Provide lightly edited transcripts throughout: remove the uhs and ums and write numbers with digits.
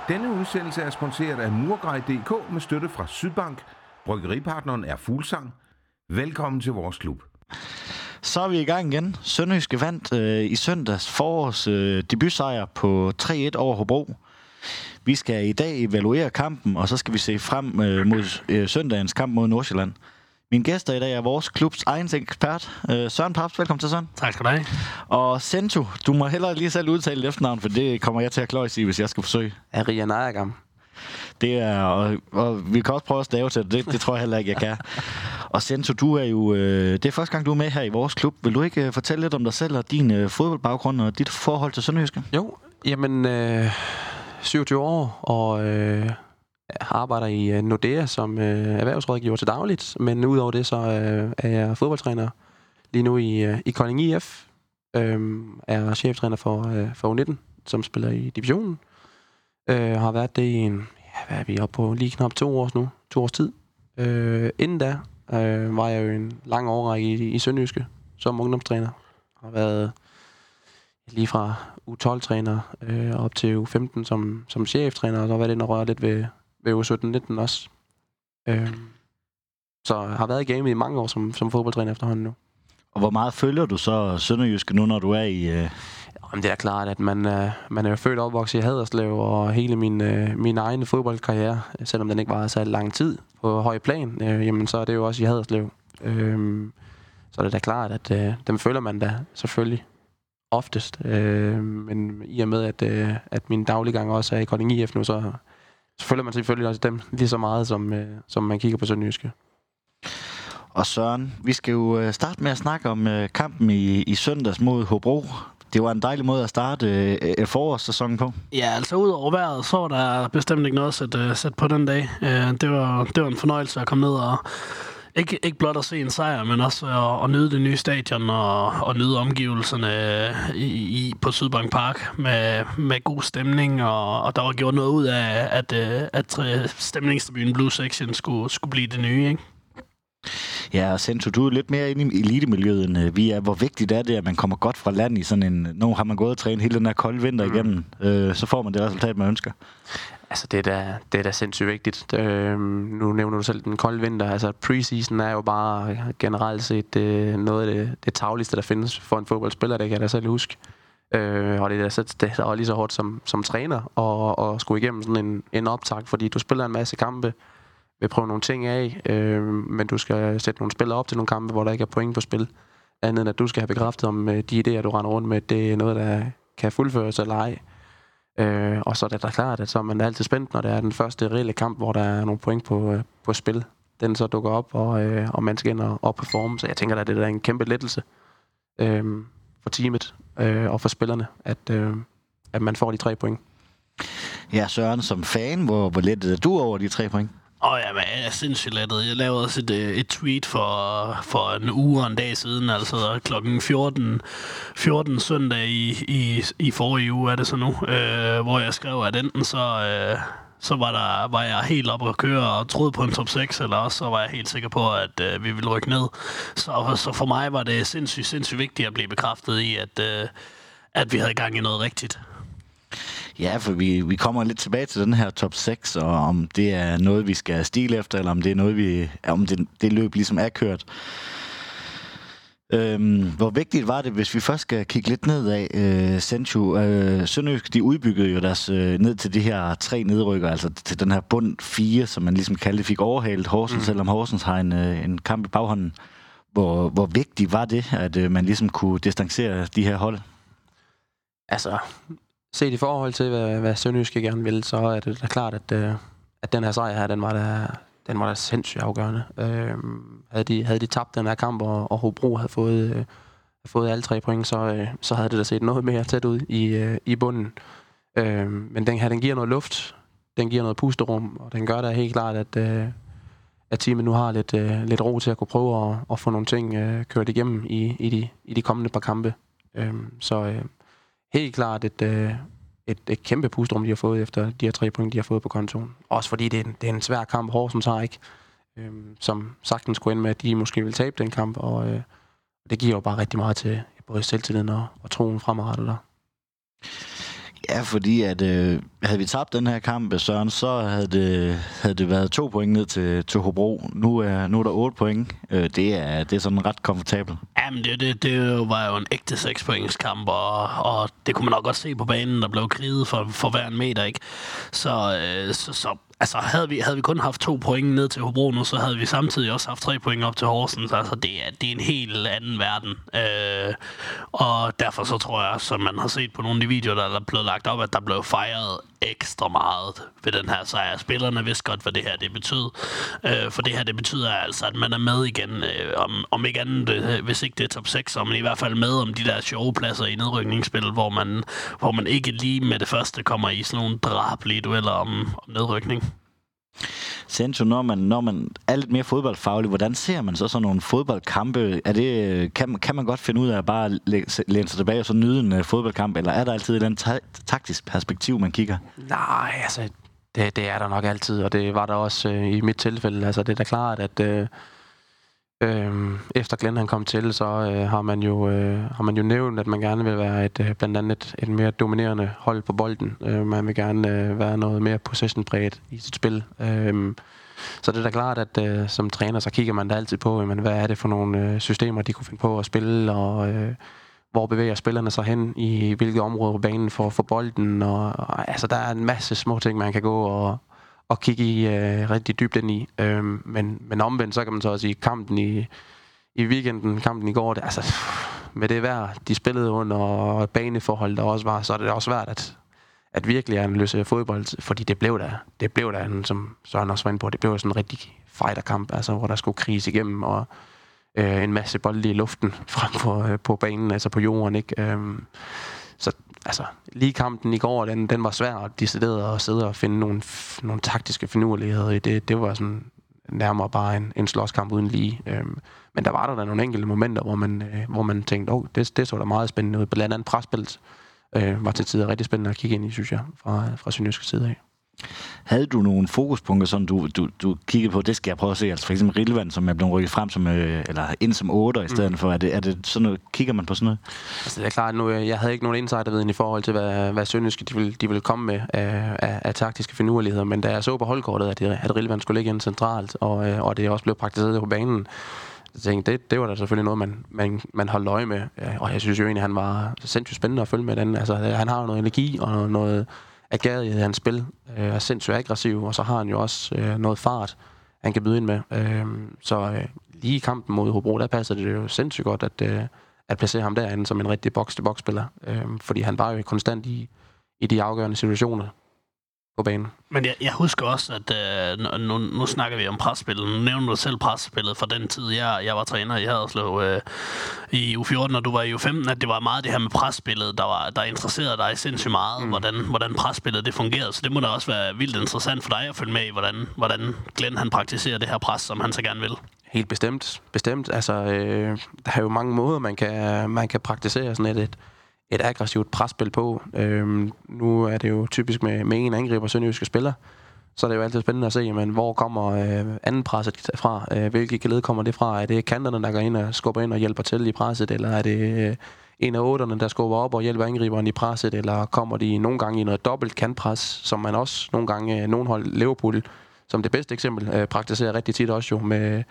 Denne udsendelse er sponsoreret af Murgrej.dk med støtte fra Sydbank. Bryggeripartneren er Fuglsang. Velkommen til vores klub. Så er vi i gang igen. Sønderjyske vandt i søndags forårs debutsejr på 3-1 over Hobro. Vi skal i dag evaluere kampen, og så skal vi se frem mod søndagens kamp mod Nordsjælland. Mine gæster i dag er vores klubs egen ekspert, Søren Paps. Velkommen til, Søren. Tak skal du have. Og Sento, du må hellere lige selv udtale efternavn, for det kommer jeg til at kløjse i, hvis jeg skal forsøge. Arian Ayagam. Det er, og vi kan også prøve at stave til det tror jeg heller ikke, jeg kan. Og Sento, du er jo, det er første gang, du er med her i vores klub. Vil du ikke fortælle lidt om dig selv og din fodboldbaggrund og dit forhold til Sønderjyske? Jo, jamen 27 år og arbejder i Nordea som erhvervsrådgiver til dagligt. Men udover det, så er jeg fodboldtræner lige nu i Kolding IF. Er cheftræner for U19, som spiller i divisionen. Har været det i en, hvad er vi oppe på, lige knap 2 års tid. Inden da var jeg jo en lang årrække i Sønderjyske som ungdomstræner. Har været lige fra U12-træner op til U15 som cheftræner, og så har været inde og røre lidt ved U17-19 også. Så har været i gamet i mange år som fodboldtræner efterhånden nu. Og hvor meget følger du så Sønderjyske nu, når du er i... Jamen, det er klart, at man er jo født og opvokset i Haderslev, og hele min egen fodboldkarriere, selvom den ikke var så lang tid på høj plan, jamen så er det jo også i Haderslev. Så er det da klart, at dem følger man da selvfølgelig oftest. Men i og med, at min dagliggang også er i Kolding IF nu, så følger man selvfølgelig også dem lige så meget, som man kigger på Sønderjyske. Og Søren, vi skal jo starte med at snakke om kampen i søndags mod Hobro. Det var en dejlig måde at starte forårssæsonen på. Ja, altså ud over vejret, så var der bestemt ikke noget at sætte på den dag. Det var en fornøjelse at komme ned og ikke blot at se en sejr, men også at nyde det nye stadion og nyde omgivelserne på Sydbank Park med god stemning, og der var gjort noget ud af, at stemningstribunen Blue Section skulle blive det nye, ikke? Ja, og Sento, du er lidt mere inde i elitemiljøet, end vi er. Hvor vigtigt er det, at man kommer godt fra land i sådan en... Nu har man gået og trænet hele den her kolde vinter igennem, så får man det resultat, man ønsker. Altså, det er da sindssygt vigtigt. Nu nævner du selv den kolde vinter. Altså, preseason er jo bare generelt set noget af det tagligste, der findes for en fodboldspiller, det kan jeg da selv huske. Og det er lige så hårdt som træner og skulle igennem sådan en optakt, fordi du spiller en masse kampe, vil prøve nogle ting af, men du skal sætte nogle spillere op til nogle kampe, hvor der ikke er point på spil. Andet end at du skal have bekræftet om de idéer, du render rundt med, det er noget, der kan fuldføres eller ej. Og så er det da klart, at så er man altid spændt, når det er den første reelle kamp, hvor der er nogle point på spil. Den så dukker op, og man skal ind og performe. Så jeg tænker, at det er en kæmpe lettelse for teamet og for spillerne, at man får de 3 point. Ja, Søren, som fan, hvor lettet er du over de 3 point? Ja, men jeg er sindssygt lettet. Jeg lavede også et tweet for en uge og en dag siden, altså klokken 14 søndag i forrige uge er det så nu, hvor jeg skrev, at enten så var jeg helt oppe at køre og troede på en top 6, eller også så var jeg helt sikker på, at vi ville rykke ned. Så for mig var det sindssygt vigtigt at blive bekræftet i, at vi havde gang i noget rigtigt. Ja, for vi kommer lidt tilbage til den her top 6, og om det er noget, vi skal stile efter, eller om det er noget, om det løb ligesom er kørt. Hvor vigtigt var det, hvis vi først skal kigge lidt nedad, Sento, Sønderjysk, de udbyggede jo deres ned til de her 3 nedrykker, altså til den her bund 4, som man ligesom kaldte, fik overhalet Horsens, selvom Horsens har en kamp i baghånden. Hvor vigtigt var det, at man ligesom kunne distancere de her hold? Altså, set i forhold til, hvad Sønderjyske gerne vil, så er det da klart, at den her sejr her, den var da sindssygt afgørende. Havde de tabt den her kamp, og Hobro havde fået alle 3 point, så havde det da set noget mere tæt ud i bunden. Men den her, den giver noget luft, den giver noget pusterum, og den gør da helt klart, at teamet nu har lidt ro til at kunne prøve at få nogle ting kørt igennem i de kommende par kampe. Helt klart et kæmpe pusterum, de har fået efter de her 3 point, de har fået på kontoen. Også fordi det er en svær kamp, Horsens har ikke, som sagtens skulle ende med, at de måske vil tabe den kamp, og det giver jo bare rigtig meget til både selvtilliden og troen fremadrettet der. Ja, fordi at havde vi tabt den her kamp, Søren, så havde det været 2 point ned til Hobro. Nu er der 8 point. Det er sådan ret komfortabelt. Jamen, det var jo en ægte 6-points kamp, og det kunne man nok godt se på banen, der blev kriget for hver en meter, ikke? Så altså, havde vi kun haft 2 point ned til Hobro nu, så havde vi samtidig også haft 3 point op til Horsens. Altså, det er en helt anden verden. Og derfor så tror jeg, som man har set på nogle af de videoer, der er blevet lagt op, at der blev fejret ekstra meget ved den her sejr. Spillerne vidste godt, hvad det her det betød. For det her, det betyder altså, at man er med igen, om ikke andet, hvis ikke det er top 6, så man i hvert fald med om de der showpladser i nedrykningsspil, hvor man ikke lige med det første kommer i sådan nogle drabelige dueller om nedrykning. Sencho, når man er lidt mere fodboldfaglig, hvordan ser man så sådan nogle fodboldkampe? Kan man godt finde ud af at bare læne sig tilbage og så nyde en fodboldkamp, eller er der altid et eller andet taktisk perspektiv, man kigger? Nej, altså, det er der nok altid, og det var der også i mit tilfælde. Altså, det er da klart, at efter Glenn han kom til, så har man jo nævnt, at man gerne vil være blandt andet et mere dominerende hold på bolden. Man vil gerne være noget mere possession-præget i sit spil. Så det er da klart, at som træner, så kigger man da altid på, hvad er det for nogle systemer, de kunne finde på at spille, og hvor bevæger spillerne sig hen, i hvilke områder på banen for bolden. Og altså, der er en masse små ting, man kan gå og kigge i rigtig dybt ind i. Men omvendt, så kan man så også sige, kampen i weekenden, kampen i går, med det vejr, de spillede under, og baneforhold, der også var, så er det også svært at virkelig analysere fodbold, fordi det blev der, som Søren også var inde på, det blev sådan en rigtig fighterkamp, altså hvor der skulle kriges igennem, og en masse bolde i luften frem på banen, altså på jorden, ikke? Så altså, lige kampen i går, den var svær at decidere at sidde og finde nogle taktiske finurligheder i det. Det var sådan nærmere bare en slåskamp uden lige. Men der var der nogle enkelte momenter, hvor man tænkte, det så da meget spændende ud. Blandt andet presspillet var til tider rigtig spændende at kigge ind i, synes jeg, fra Sønderjyske side af. Havde du nogle fokuspunkter, som du kiggede på? Det skal jeg prøve at se. Altså for eksempel Rilvand, som er blevet rykket frem som, eller ind som 8'er i stedet for. Er det sådan noget, kigger man på sådan noget? Altså det er klart, nu jeg havde ikke nogen insiderviden i forhold til, hvad Sønderjyske de ville komme med af taktiske finurligheder. Men da jeg så på holdkortet, at Rilvand skulle ligge ind centralt, og det også blev praktiseret på banen, så tænkte det var da selvfølgelig noget, man holdt øje med. Og jeg synes jo egentlig, han var sindssygt spændende at følge med den. Altså han har jo noget energi og noget agerighed i hans spil, er sindssygt aggressiv, og så har han jo også noget fart, han kan byde ind med. Så lige i kampen mod Hobro, der passer det jo sindssygt godt at placere ham derinde som en rigtig box-to-box-spiller, fordi han var jo konstant i de afgørende situationer på banen. Men jeg husker også, at nu snakker vi om presspillet. Nu nævner du selv presspillet fra den tid, jeg var træner i Haderslev i U14, og du var i U15, at det var meget det her med presspillet, der interesserede dig sindssygt meget, hvordan presspillet det fungerede. Så det må da også være vildt interessant for dig at følge med i, hvordan Glenn han praktiserer det her pres, som han så gerne vil. Helt bestemt. Altså, der er jo mange måder, man kan praktisere sådan et aggressivt presspil på. Nu er det jo typisk med en angriber sønderjyske spiller, så er det jo altid spændende at se, men hvor kommer anden presset fra? Hvilke led kommer det fra? Er det kanterne, der går ind og skubber ind og hjælper til i presset, eller er det en af 8'erne, der skubber op og hjælper angriberen i presset, eller kommer de nogle gange i noget dobbelt kantpres, som man også nogle gange, nogle hold, Liverpool, som det bedste eksempel, praktiserer rigtig tit også jo med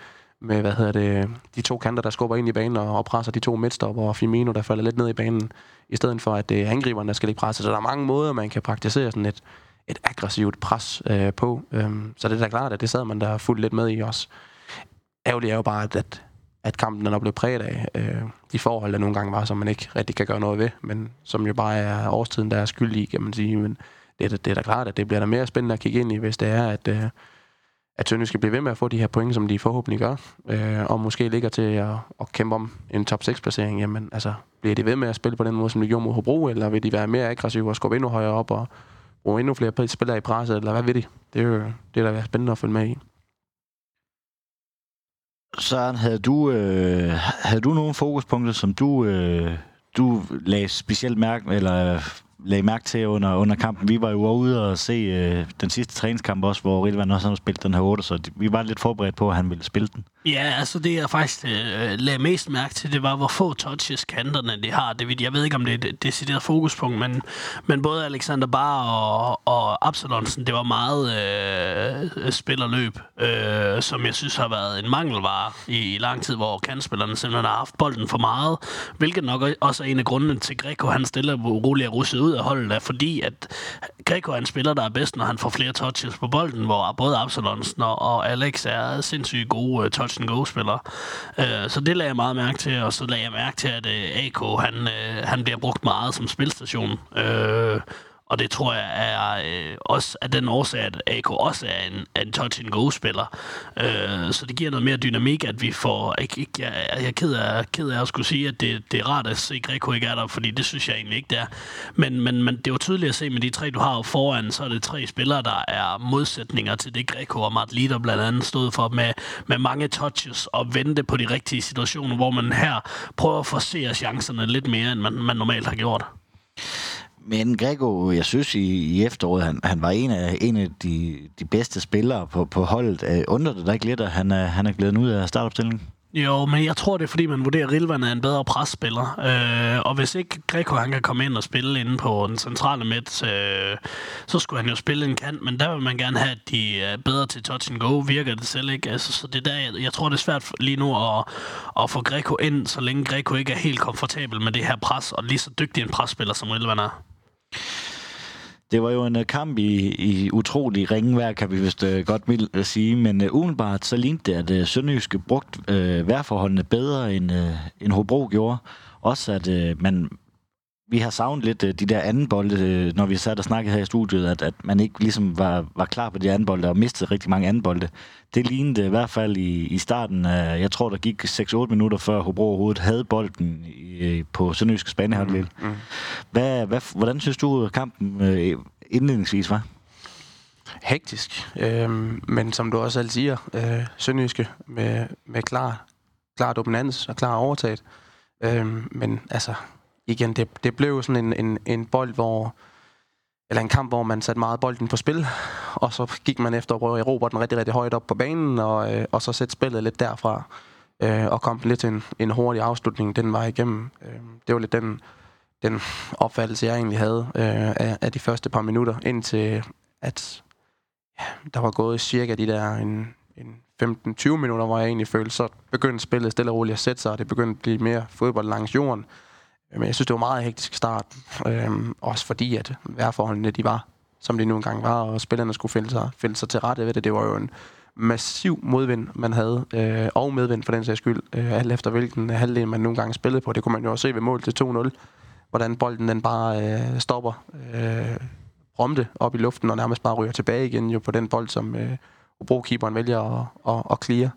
de 2 kanter, der skubber ind i banen og presser de 2 midtstopper, og Firmino, der falder lidt ned i banen, i stedet for, at det er angriberen, der skal ligge presset. Så der er mange måder, man kan praktisere sådan et aggressivt pres på. Så det er da klart, at det sad man der fuldt lidt med i også. Ærgerligt er jo bare, at kampen er blevet præget af de forhold, der nogle gange var, som man ikke rigtig kan gøre noget ved, men som jo bare er årstiden, der er skyld i, kan man sige. Men det er da klart, at det bliver da mere spændende at kigge ind i, hvis det er, at Sønderjyske skal blive ved med at få de her point, som de forhåbentlig gør, og måske ligger til at kæmpe om en top 6-placering. Jamen, altså, bliver de ved med at spille på den måde, som de gjorde mod Hobro, eller vil de være mere aggressive og skubbe endnu højere op og bruge endnu flere spillere i presset, eller hvad vil de? Det er da spændende at følge med i. Søren, havde du nogle fokuspunkter, som du lagde specielt lagde mærke til under kampen? Vi var jo ude og se den sidste træningskamp også, hvor Rilvan også har spillet den her 8, så vi var lidt forberedt på, at han ville spille den. Ja, altså det jeg faktisk lagde mest mærke til, det var, hvor få touches kanterne de har. Jeg ved ikke, om det er et decideret fokuspunkt, men både Alexander Barr og Absalonsen, det var meget spillerløb, som jeg synes har været en mangelvare i lang tid, hvor kantspillerne simpelthen har haft bolden for meget, hvilket nok også er en af grundene til Greco, han stiller roligt og russet ud af holdet, er fordi, at Greco er en spiller, der er bedst, når han får flere touches på bolden, hvor både Absalonsen og Alex er sindssygt gode touch-and-go-spillere. Så det lagde jeg meget mærke til, og så lagde jeg mærke til, at AK, han bliver brugt meget som spilstation. Og det tror jeg er også af den årsag, at AK også er en touch-and-go-spiller. Så det giver noget mere dynamik, at vi får... Jeg er ked af at skulle sige, at det er rart at se, at Greco ikke er der, fordi det synes jeg egentlig ikke, det er. Men det er jo tydeligt at se med de tre, du har foran, så er det tre spillere, der er modsætninger til det, Greco og Matt Leader blandt andet stod for, med mange touches og vente på de rigtige situationer, hvor man her prøver at forsere chancerne lidt mere, end man normalt har gjort. Men Greco, jeg synes i efteråret, han var en af de bedste spillere på holdet. Undrer det dig ikke lidt, at han er glædet ud af startopstillingen? Jo, men jeg tror, det er, fordi man vurderer, at Rilvan er en bedre presspiller. Og hvis ikke Greco han kan komme ind og spille inde på den centrale midt, så skulle han jo spille en kant, men der vil man gerne have, at de er bedre til touch and go, virker det selv ikke. Altså, så det der, jeg tror, det er svært lige nu at få Greco ind, så længe Greco ikke er helt komfortabel med det her pres, og lige så dygtig en presspiller, som Rilvan er. Det var jo en kamp i utrolig ringvejr, kan vi vist godt vil sige, men umiddelbart så lignede det, at Sønderjyske brugt vejrforholdene bedre, end Hobro gjorde. Også at vi har savnet lidt de der anden bolde, når vi sad og snakkede her i studiet, at man ikke ligesom var klar på de anden bolde og mistede rigtig mange anden bolde. Det lignede i hvert fald i starten, jeg tror der gik 6-8 minutter før Hobro overhovedet havde bolden på Sønderjyskes banehalvdel. Hvordan synes du kampen indledningsvis var? Hektisk, men som du også selv siger, Sønderjyske med klar dominans og klar overtaget. Men altså igen, det blev jo sådan en bold, eller en kamp, hvor man satte meget bolden på spil, og så gik man efter at erobre den rigtig, rigtig højt op på banen, og så sætte spillet lidt derfra, og kom lidt til en hurtig afslutning den vej igennem. Det var lidt den opfattelse, jeg egentlig havde af de første par minutter, indtil at der var gået cirka de der en 15-20 minutter, hvor jeg egentlig følte, så begyndte spillet stille og roligt at sætte sig, og det begyndte at blive mere fodbold langs jorden. Men jeg synes, det var meget hektisk start. Også fordi, at vejrforholdene, de var, som de nu engang var, og spillerne skulle finde sig til rette ved det. Det var jo en massiv modvind, man havde, og medvind for den sags skyld, alt efter hvilken halvdel man nogle gange spillede på. Det kunne man jo også se ved mål til 2-0, hvordan bolden den bare stopper prompte op i luften, og nærmest bare ryger tilbage igen jo på den bold, som Hobro-keeperen vælger at clear.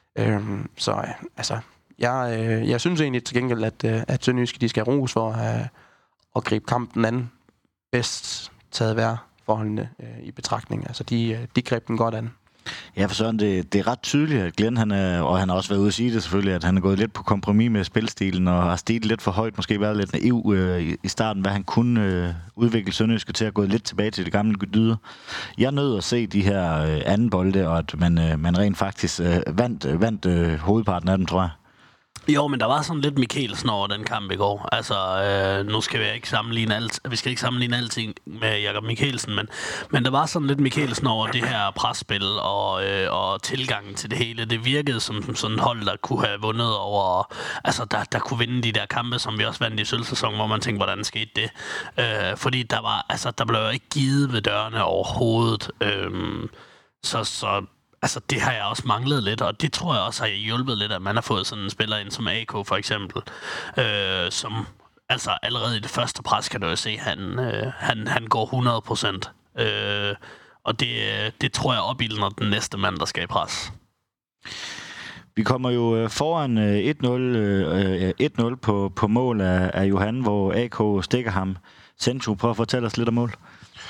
Så altså... Jeg synes egentlig til gengæld, at Sønderjyske, de skal ros for at gribe kampen an bedst taget vejrforholdene i betragtning. Altså, de greb den godt an. Ja, for Søren, det er ret tydeligt, at Glenn, og han har også været ude at sige det selvfølgelig, at han er gået lidt på kompromis med spilstilen, og har stilet lidt for højt, måske været lidt naiv i starten, hvad han kunne udvikle Sønderjyske til at gå lidt tilbage til det gamle dyder. Jeg nød at se de her anden bolde, og at man rent faktisk vandt hovedparten af dem, tror jeg. Jo, men der var sådan lidt Mikkelsen over den kamp i går. Altså, nu skal vi ikke sammenligne alting med Jakob Mikkelsen, men der var sådan lidt Mikkelsen over det her presspil og tilgangen til det hele. Det virkede som sådan et hold, der kunne have vundet over... Altså, der kunne vinde de der kampe, som vi også vandt i sølvsæsonen, hvor man tænkte, hvordan skete det? Fordi der blev jo ikke givet ved dørene overhovedet. Altså, det har jeg også manglet lidt, og det tror jeg også har hjulpet lidt, at man har fået sådan en spiller ind som AK for eksempel, som altså allerede i det første pres kan du jo se, han går 100%. Og det tror jeg opildner den næste mand, der skal i pres. Vi kommer jo foran 1-0 på mål af Johan, hvor AK stikker ham. Senchu, prøv at fortælle os lidt om mål.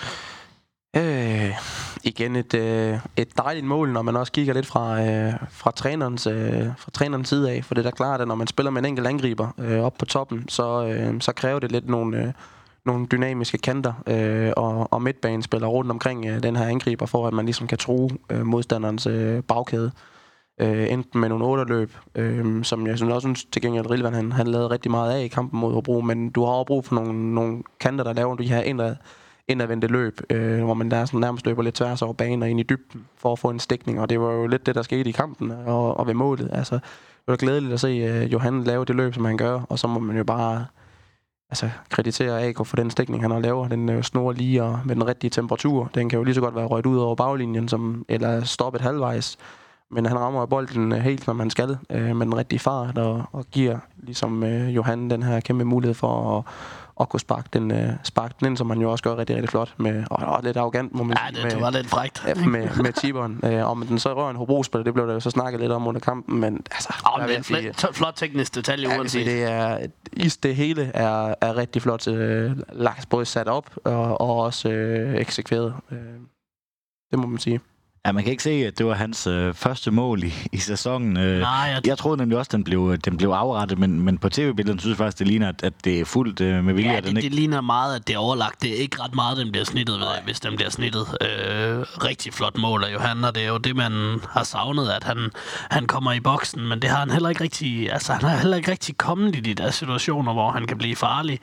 Igen et dejligt mål, når man også kigger lidt fra trænerens side af, for det er da klart, at når man spiller med en enkelt angriber op på toppen, så kræver det lidt nogle dynamiske kanter, og midtbanen spiller rundt omkring den her angriber, for at man ligesom kan true modstanderens bagkæde. enten med nogle 8-løb, som jeg også synes til gengæld Rilvan han lavede rigtig meget af i kampen mod Hobro, men du har også brug for nogle kanter, der laver de her indadvendte løb, hvor man der sådan nærmest løber lidt tværs over banen og ind i dybden for at få en stikning, og det var jo lidt det, der skete i kampen og ved målet. Altså, det var glædeligt at se Johan lave det løb, som han gør, og så må man jo bare kreditere AK for den stikning, han har lavet. Den snor lige og med den rigtige temperatur. Den kan jo lige så godt være røget ud over baglinjen, eller stoppet halvvejs. Men han rammer bolden helt, som han skal, med den rigtige fart, og giver ligesom Johan den her kæmpe mulighed for at kunne sparke den ind, som han jo også gør rigtig, rigtig flot. Og lidt arrogant, må man sige. Ja, det var lidt frækt. Med Tiberen. Om den så rører en Hobro-spiller, det blev der jo så snakket lidt om under kampen, men altså... det er en flot teknisk detalje, uanset. Det hele er rigtig flot lagt, både sat op og også eksekveret. Det må man sige. Ja, man kan ikke se, at det var hans første mål i sæsonen. Jeg troede nemlig også, at den blev afrettet, men på tv-billedet synes jeg faktisk, det ligner, at det er fuldt med vilje. Ja, det ligner meget, at det er overlagt. Det er ikke ret meget, den bliver snittet ved, hvis den bliver snittet. Rigtig flot mål af Johan, og det er jo det, man har savnet, at han kommer i boksen, men det har han heller ikke rigtig... Altså, han har heller ikke rigtig kommet i de der situationer, hvor han kan blive farlig.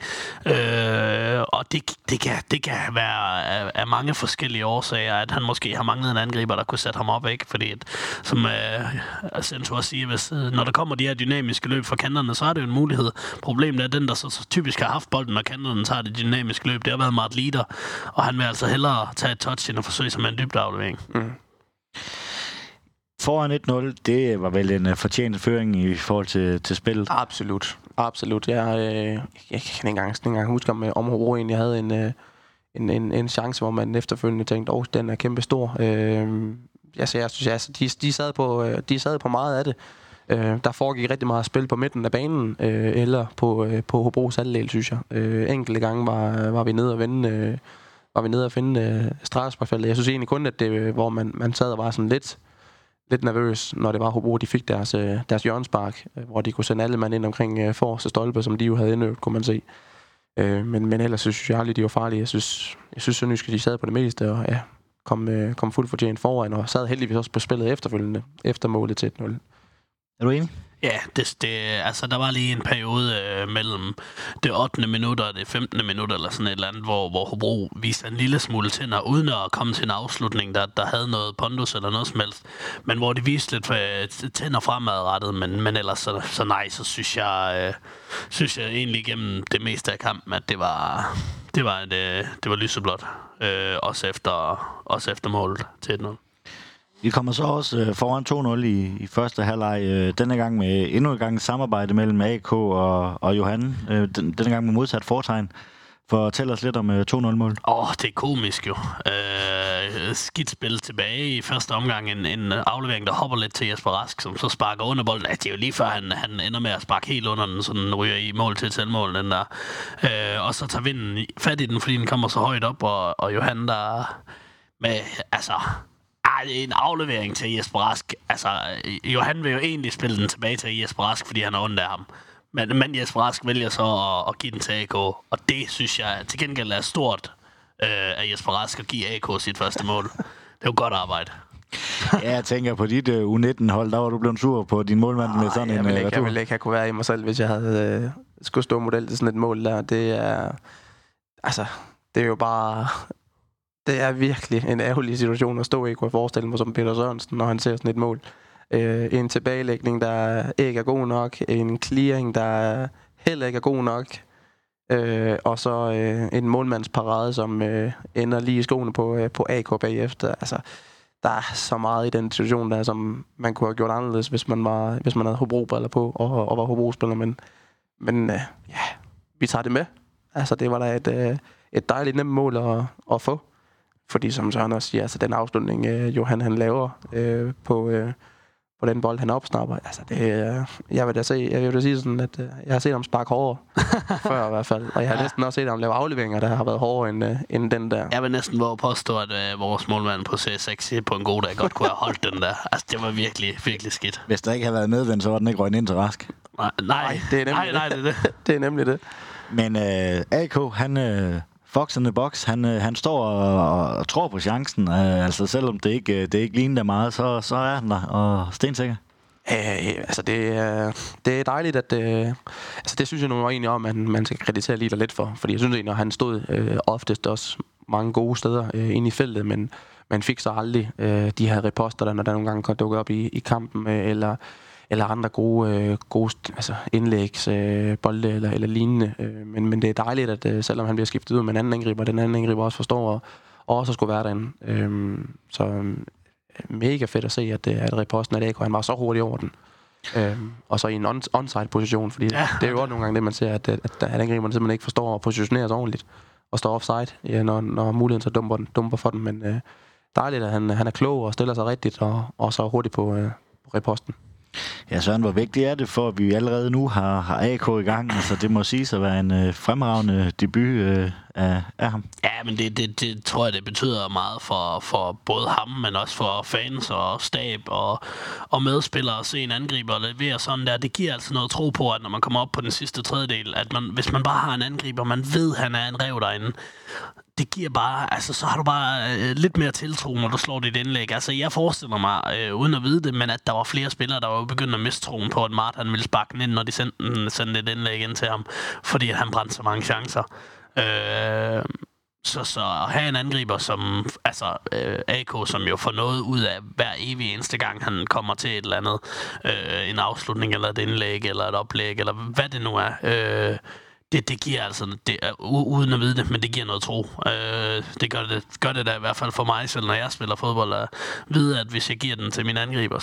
Og det kan være af mange forskellige årsager, at han måske har manglet en angriber, der kunne sætte ham op, ikke? Fordi, som Centur også siger, når der kommer de her dynamiske løb fra kanterne, så er det jo en mulighed. Problemet er, at den, der så typisk har haft bolden, når kanterne tager det dynamiske løb, det har været Mart Lider, og han vil altså hellere tage et touch, end at forsøge sig med en dybdeaflevering. Mm. Foran 1-0, det var vel en fortjent føring i forhold til spillet? Absolut. Jeg kan ikke engang huske, om Hobro egentlig havde en chance, hvor man efterfølgende tænkte, den er kæmpe stor. Jeg synes, de sad på meget af det. Der foregik rigtig meget spil på midten af banen, eller på Hobros halvdel, synes jeg. Enkelte gange var vi nede og vende, og finde straffesparkfeltet. Jeg synes egentlig kun, at det, hvor man sad og var sådan lidt nervøs, når det var Hobro, de fik deres hjørnespark, hvor de kunne sende alle mand ind omkring forreste stolpe, som de jo havde indøvet, kunne man se. Men ellers synes jeg aldrig, de var farlige. Jeg synes Sønderjyske, de sad på det meste, og kom fuldt fortjent foran, og sad heldigvis også på spillet efterfølgende, efter målet til 1-0. Er du enig? Ja, altså der var lige en periode mellem det 8. minut og det 15. minut, eller sådan et eller andet, hvor Hobro viste en lille smule tænder, uden at komme til en afslutning, der havde noget pondus eller noget som helst. Men hvor de viste lidt tænder fremadrettet, men ellers så nej, så synes jeg egentlig gennem det meste af kampen, at det var lyseblåt, også efter målet til 1-0. Vi kommer så også foran 2-0 i første halvleg. Denne gang med endnu en gang samarbejde mellem AK og Johan. Denne gang med modsat fortegn. Fortæl os lidt om 2-0-mål. Det er komisk jo. Skidt spil tilbage i første omgang. En aflevering, der hopper lidt til Jesper Rask, som så sparker under bolden. Det er jo lige før, han ender med at sparke helt under den, så den ryger i mål til et selvmål, den der. Og så tager vinden fat i den, fordi den kommer så højt op, og Johan der med, det er en aflevering til Jesper Rask. Johan vil jo egentlig spille den tilbage til Jesper Rask, fordi han er under ham. Men Jesper Rask vælger så at give den til AK, og det synes jeg til gengæld er stort af Jesper Rask at give AK sit første mål. Det er jo godt arbejde. Ja, jeg tænker på dit U19-hold, der var du blevet sur på din målmand med sådan en retur. Jeg ville ikke have kunne være i mig selv, hvis jeg havde skulle stå model til sådan et mål der. Det er jo bare... Det er virkelig en ærgerlig situation at stå i, kunne jeg forestille mig, som Peter Sørensen, når han ser sådan et mål. En tilbagelægning, der ikke er god nok. En clearing, der heller ikke er god nok. Og så en målmandsparade, som ender lige i skoene på AK bagefter. Der er så meget i den situation der, som man kunne have gjort anderledes, hvis man havde Hobro-briller på og var Hobro-spiller. Men vi tager det med. Det var da et dejligt nemt mål at få. Fordi som Søren også siger, den afslutning, Johan han laver på den bold, han opsnapper. Jeg vil da sige sådan, at jeg har set ham sparke hårdere før i hvert fald. Og jeg har næsten også set ham lave afleveringer, der har været hårdere end den der. Jeg vil næsten våge påstå, at vores målmand på C6 på en god dag godt kunne have holdt den der. Det var virkelig, virkelig skidt. Hvis der ikke havde været medvind, så var den ikke røget ind til Rask. Nej, det er nemlig det. Det er nemlig det. Men AK, han... Fox in the box, han står og tror på chancen. Selvom det ikke ligner der meget, så er han der og stensikker. Altså, det er dejligt, at... altså, det synes jeg nu egentlig om, at man skal kreditere Lider lidt for. Fordi jeg synes egentlig, at han stod oftest også mange gode steder inde i feltet, men man fik så aldrig de her reposter, når der nogle gange dukke op i kampen, eller andre gode altså indlægs, bolde eller lignende. Men det er dejligt, at selvom han bliver skiftet ud med en anden angriber, den anden angriber også forstår og også skulle være derinde. Så mega fedt at se, at reposten af AK, han var så hurtigt over den. Og så i en onside-position, fordi det er jo også nogle gange det, man ser, at angriberne simpelthen ikke forstår at positionere sig ordentligt og står offside, når muligheden så dumper for den. Men dejligt, at han er klog og stiller sig rigtigt og så hurtigt på reposten. Ja, Søren, hvor vigtigt er det for, at vi allerede nu har AK i gang? Altså, det må siges at være en fremragende debut af ham. Ja, men det tror jeg, det betyder meget for både ham, men også for fans og stab og medspillere at se en angriber og levere sådan der. Det giver altså noget tro på, at når man kommer op på den sidste tredjedel, at hvis man bare har en angriber, man ved, han er en ræv derinde, det giver bare, altså så har du bare lidt mere tiltro, når du slår dit indlæg. Altså jeg forestiller mig, uden at vide det, men at der var flere spillere, der var begyndt at miste troen på, at Mart han ville sparke den ind, når de sendte et indlæg ind til ham, fordi at han brændte så mange chancer. Så at have en angriber som AK, som jo får noget ud af hver evig eneste gang, han kommer til et eller andet, en afslutning eller et indlæg eller et oplæg, eller hvad det nu er, det giver altså, uden at vide det, men det giver noget tro. Det gør det da i hvert fald for mig selv, når jeg spiller fodbold, at vide, at hvis jeg giver den til min angriber,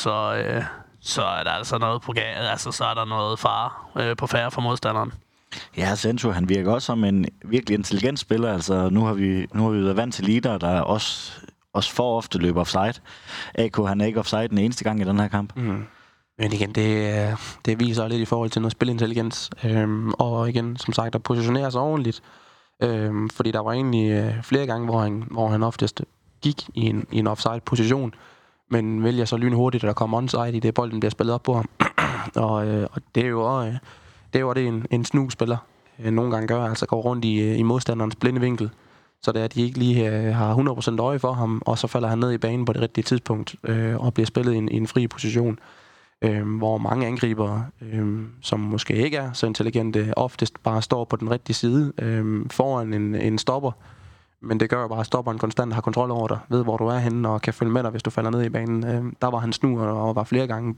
så er der altså noget på så er der noget fare på færre for modstanderen. Ja, Centro, han virker også som en virkelig intelligent spiller. Altså, nu har vi været vant til Lider, der også for ofte løber offside. AK, han er ikke offside den eneste gang i den her kamp. Men igen, det viser lidt i forhold til noget spilintelligens. Og igen, som sagt, at positionere sig ordentligt. Fordi der var egentlig flere gange, hvor han oftest gik i en offside-position, men vælger så lynhurtigt, at der kommer onside i det, bolden bliver spillet op på ham. og det er jo det en snu-spiller nogle gange gør, altså går rundt i modstanderens blinde vinkel, så det er, at de ikke lige har 100% øje for ham, og så falder han ned i banen på det rigtige tidspunkt, og bliver spillet i en fri position. Hvor mange angribere, som måske ikke er så intelligente, oftest bare står på den rigtige side foran en stopper. Men det gør jo bare, at stopperen konstant har kontrol over dig, ved hvor du er henne og kan følge med dig, hvis du falder ned i banen. Der var han snu og var flere gange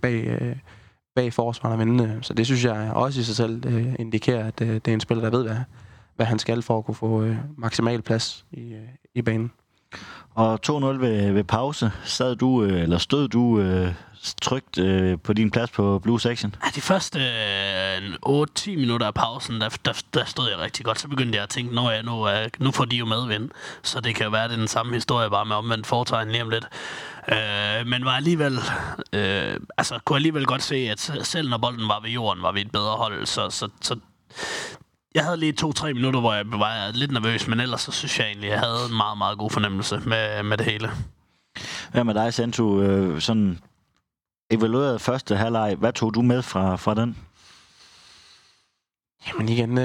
bag forsvarerne vindende. Så det synes jeg også i sig selv indikerer, at det er en spiller, der ved, hvad han skal for at kunne få maksimal plads i banen. Og 2-0 ved pause. Stod du trygt på din plads på Blue Section? Ja, de første 8-10 minutter af pausen, der stod jeg rigtig godt. Så begyndte jeg at tænke, nu får de jo medvind. Så det kan jo være, det er den samme historie, bare med omvendt foretegn lige om lidt. Men var alligevel, kunne alligevel godt se, at selv når bolden var ved jorden, var vi et bedre hold. Så jeg havde lige 2-3 minutter, hvor jeg var lidt nervøs, men ellers så synes jeg egentlig, at jeg havde en meget, meget god fornemmelse med det hele. Hvad med dig, Centu? Sådan evalueret første halvleg. Hvad tog du med fra den? Jamen igen,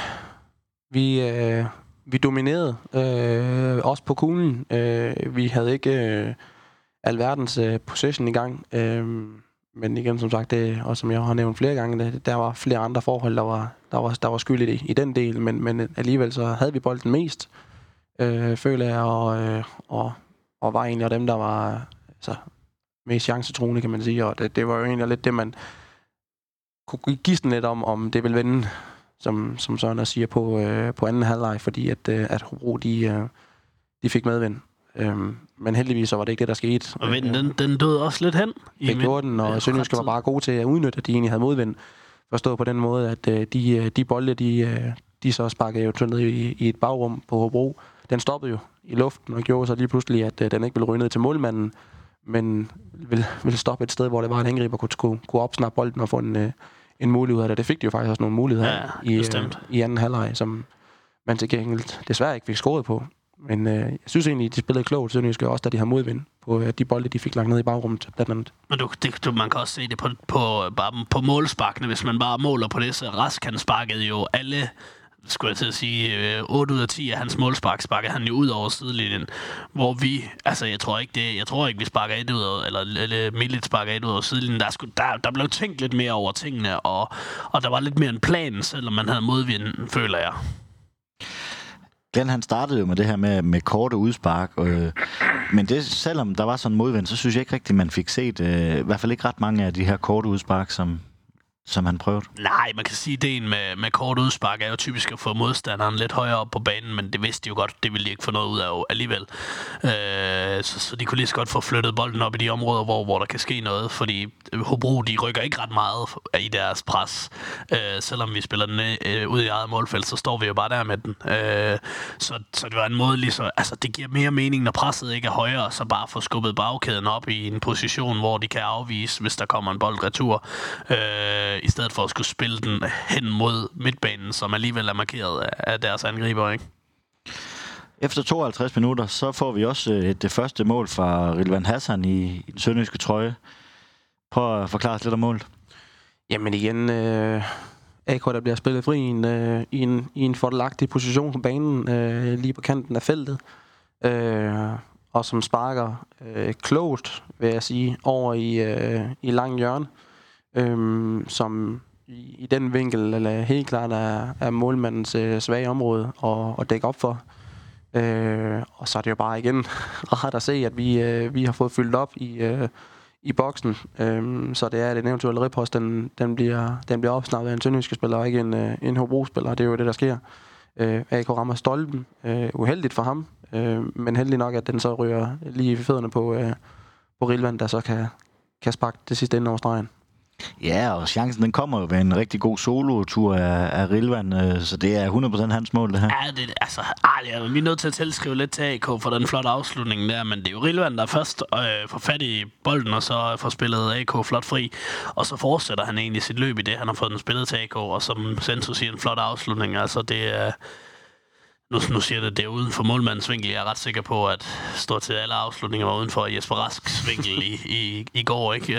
vi dominerede også på kuglen. Vi havde ikke alverdens possession i gang. Men igen, som sagt, og som jeg har nævnt flere gange, der var flere andre forhold, der var skyld i den del, men alligevel så havde vi bolden mest, føler jeg, og var egentlig af dem, der var mest chancetroende, kan man sige, og det var jo egentlig lidt det, man kunne gisne lidt om det ville vende, som Søren der siger, på anden halvleg, fordi at Hobro, de fik medvind. Men heldigvis så var det ikke det, der skete. Og vinden, den døde også lidt hen. Det gjorde den, og Sønderjyske var bare gode til at udnytte, at de egentlig havde modvind. Forstået på den måde, at de bolde, de så sparkede jo ned i et bagrum på Hobro. Den stoppede jo i luften og gjorde så lige pludselig, at den ikke ville ryge ned til målmanden, men ville stoppe et sted, hvor der var en angriber, kunne opsnappe bolden og få en mulighed af det. Det fik de jo faktisk også nogle muligheder i anden halvleg, som man til gengæld desværre ikke fik scoret på. Men jeg synes egentlig, de spillede klogt, Sønderjyske også, da de har modvind på de bolde, de fik lagt ned i bagrummet, blandt andet. Men man kan også se det på målsparkene, hvis man bare måler på det, så Rask han sparkede jo alle skulle jeg til at sige, 8 ud af 10 af hans målspark sparker han jo ud over sidelinjen, hvor vi, altså jeg tror ikke vi sparker et ud over, eller Milic sparker et ud over sidelinjen. Der blev tænkt lidt mere over tingene, og der var lidt mere en plan, selvom man havde modvind, føler jeg. Glenn, han startede jo med det her med korte udspark, men det, selvom der var sådan en modvind, så synes jeg ikke rigtigt, man fik set, i hvert fald ikke ret mange af de her korte udspark, som han prøvede. Nej, man kan sige, at ideen med kort udspark er jo typisk at få modstanderen lidt højere op på banen, men det vidste de jo godt, det ville de ikke få noget ud af alligevel. Så de kunne lige så godt få flyttet bolden op i de områder, hvor der kan ske noget, fordi Hobro, de rykker ikke ret meget i deres pres. Selvom vi spiller den ud i eget målfelt, så står vi jo bare der med den. Så det var en måde ligesom, altså det giver mere mening, når presset ikke er højere, så bare få skubbet bagkæden op i en position, hvor de kan afvise, hvis der kommer en bold retur. I stedet for at skulle spille den hen mod midtbanen, som alligevel er markeret af deres angriber, ikke? Efter 52 minutter, så får vi også det første mål fra Rilvan Hassan i den sønderjyske trøje. Prøv at forklare os lidt om målet. Jamen igen, AK, der bliver spillet fri i en fordelagtig position på banen, lige på kanten af feltet. Og som sparker klogt, vil jeg sige, over i lang hjørne. Som i den vinkel eller helt klart er målmandens svage område at dække op for. Og så er det jo bare igen rart at se, at vi har fået fyldt op i boksen. Så det er, at en eventuel ripost, den bliver opsnappet af en sønderjyske spiller, og ikke en Hobro-spiller. Det er jo det, der sker. AK rammer stolpen. Uheldigt for ham. Men heldig nok, at den så ryger lige i fødderne på Rilvan, der så kan sparke det sidste ind over stregen. Ja, og chancen den kommer jo ved en rigtig god solo-tur af Rilvan, så det er 100% hans mål, det her. Ja, vi er nødt til at tilskrive lidt til AK for den flotte afslutning der, men det er jo Rilvan, der først får fat i bolden, og så får spillet AK flot fri, og så fortsætter han egentlig sit løb i det, han har fået den spillet til AK, og som Sento siger, en flot afslutning, altså det er... Nu siger det er uden for målmandens vinkel. Jeg er ret sikker på, at stort set alle afslutninger var uden for Jesper Rasks vinkel i går, ikke?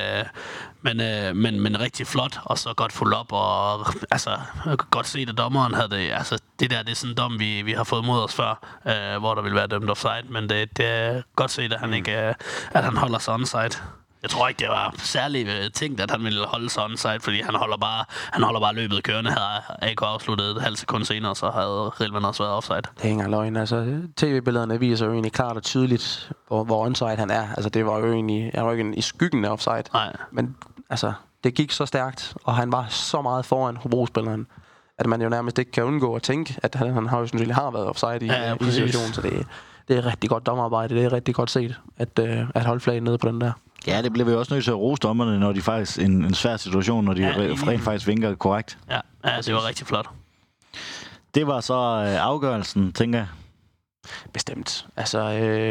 Men rigtig flot, og så godt fuldt op, og altså, godt set, at dommeren havde det. Altså, det er sådan en dom, vi har fået mod os før, hvor der ville være dømt offside, men det er godt set, at han ikke at han holder sig onside. Jeg tror ikke, det var særligt tænkt, at han ville holde sig onside, fordi han holder bare løbet kørende. Havde AK afsluttet et halvt sekund senere, så havde Rilvan også været offside. Det hænger løgn. Altså, tv-billederne viser jo egentlig klart og tydeligt, hvor onside han er. Altså, det var jo egentlig i skyggen af offside. Nej. Men altså, det gik så stærkt, og han var så meget foran Hobro-spilleren, at man jo nærmest ikke kan undgå at tænke, at han har jo sandsynligt været offside i situationen. Så det er rigtig godt dommerarbejde. Det er rigtig godt set, at holde flaget nede på den der. Ja, det bliver vi også nødt til at rose dommerne, når de faktisk en svær situation, når de rent faktisk vinker korrekt. Ja, det var rigtig flot. Det var så afgørelsen, tænker jeg. Bestemt. Altså,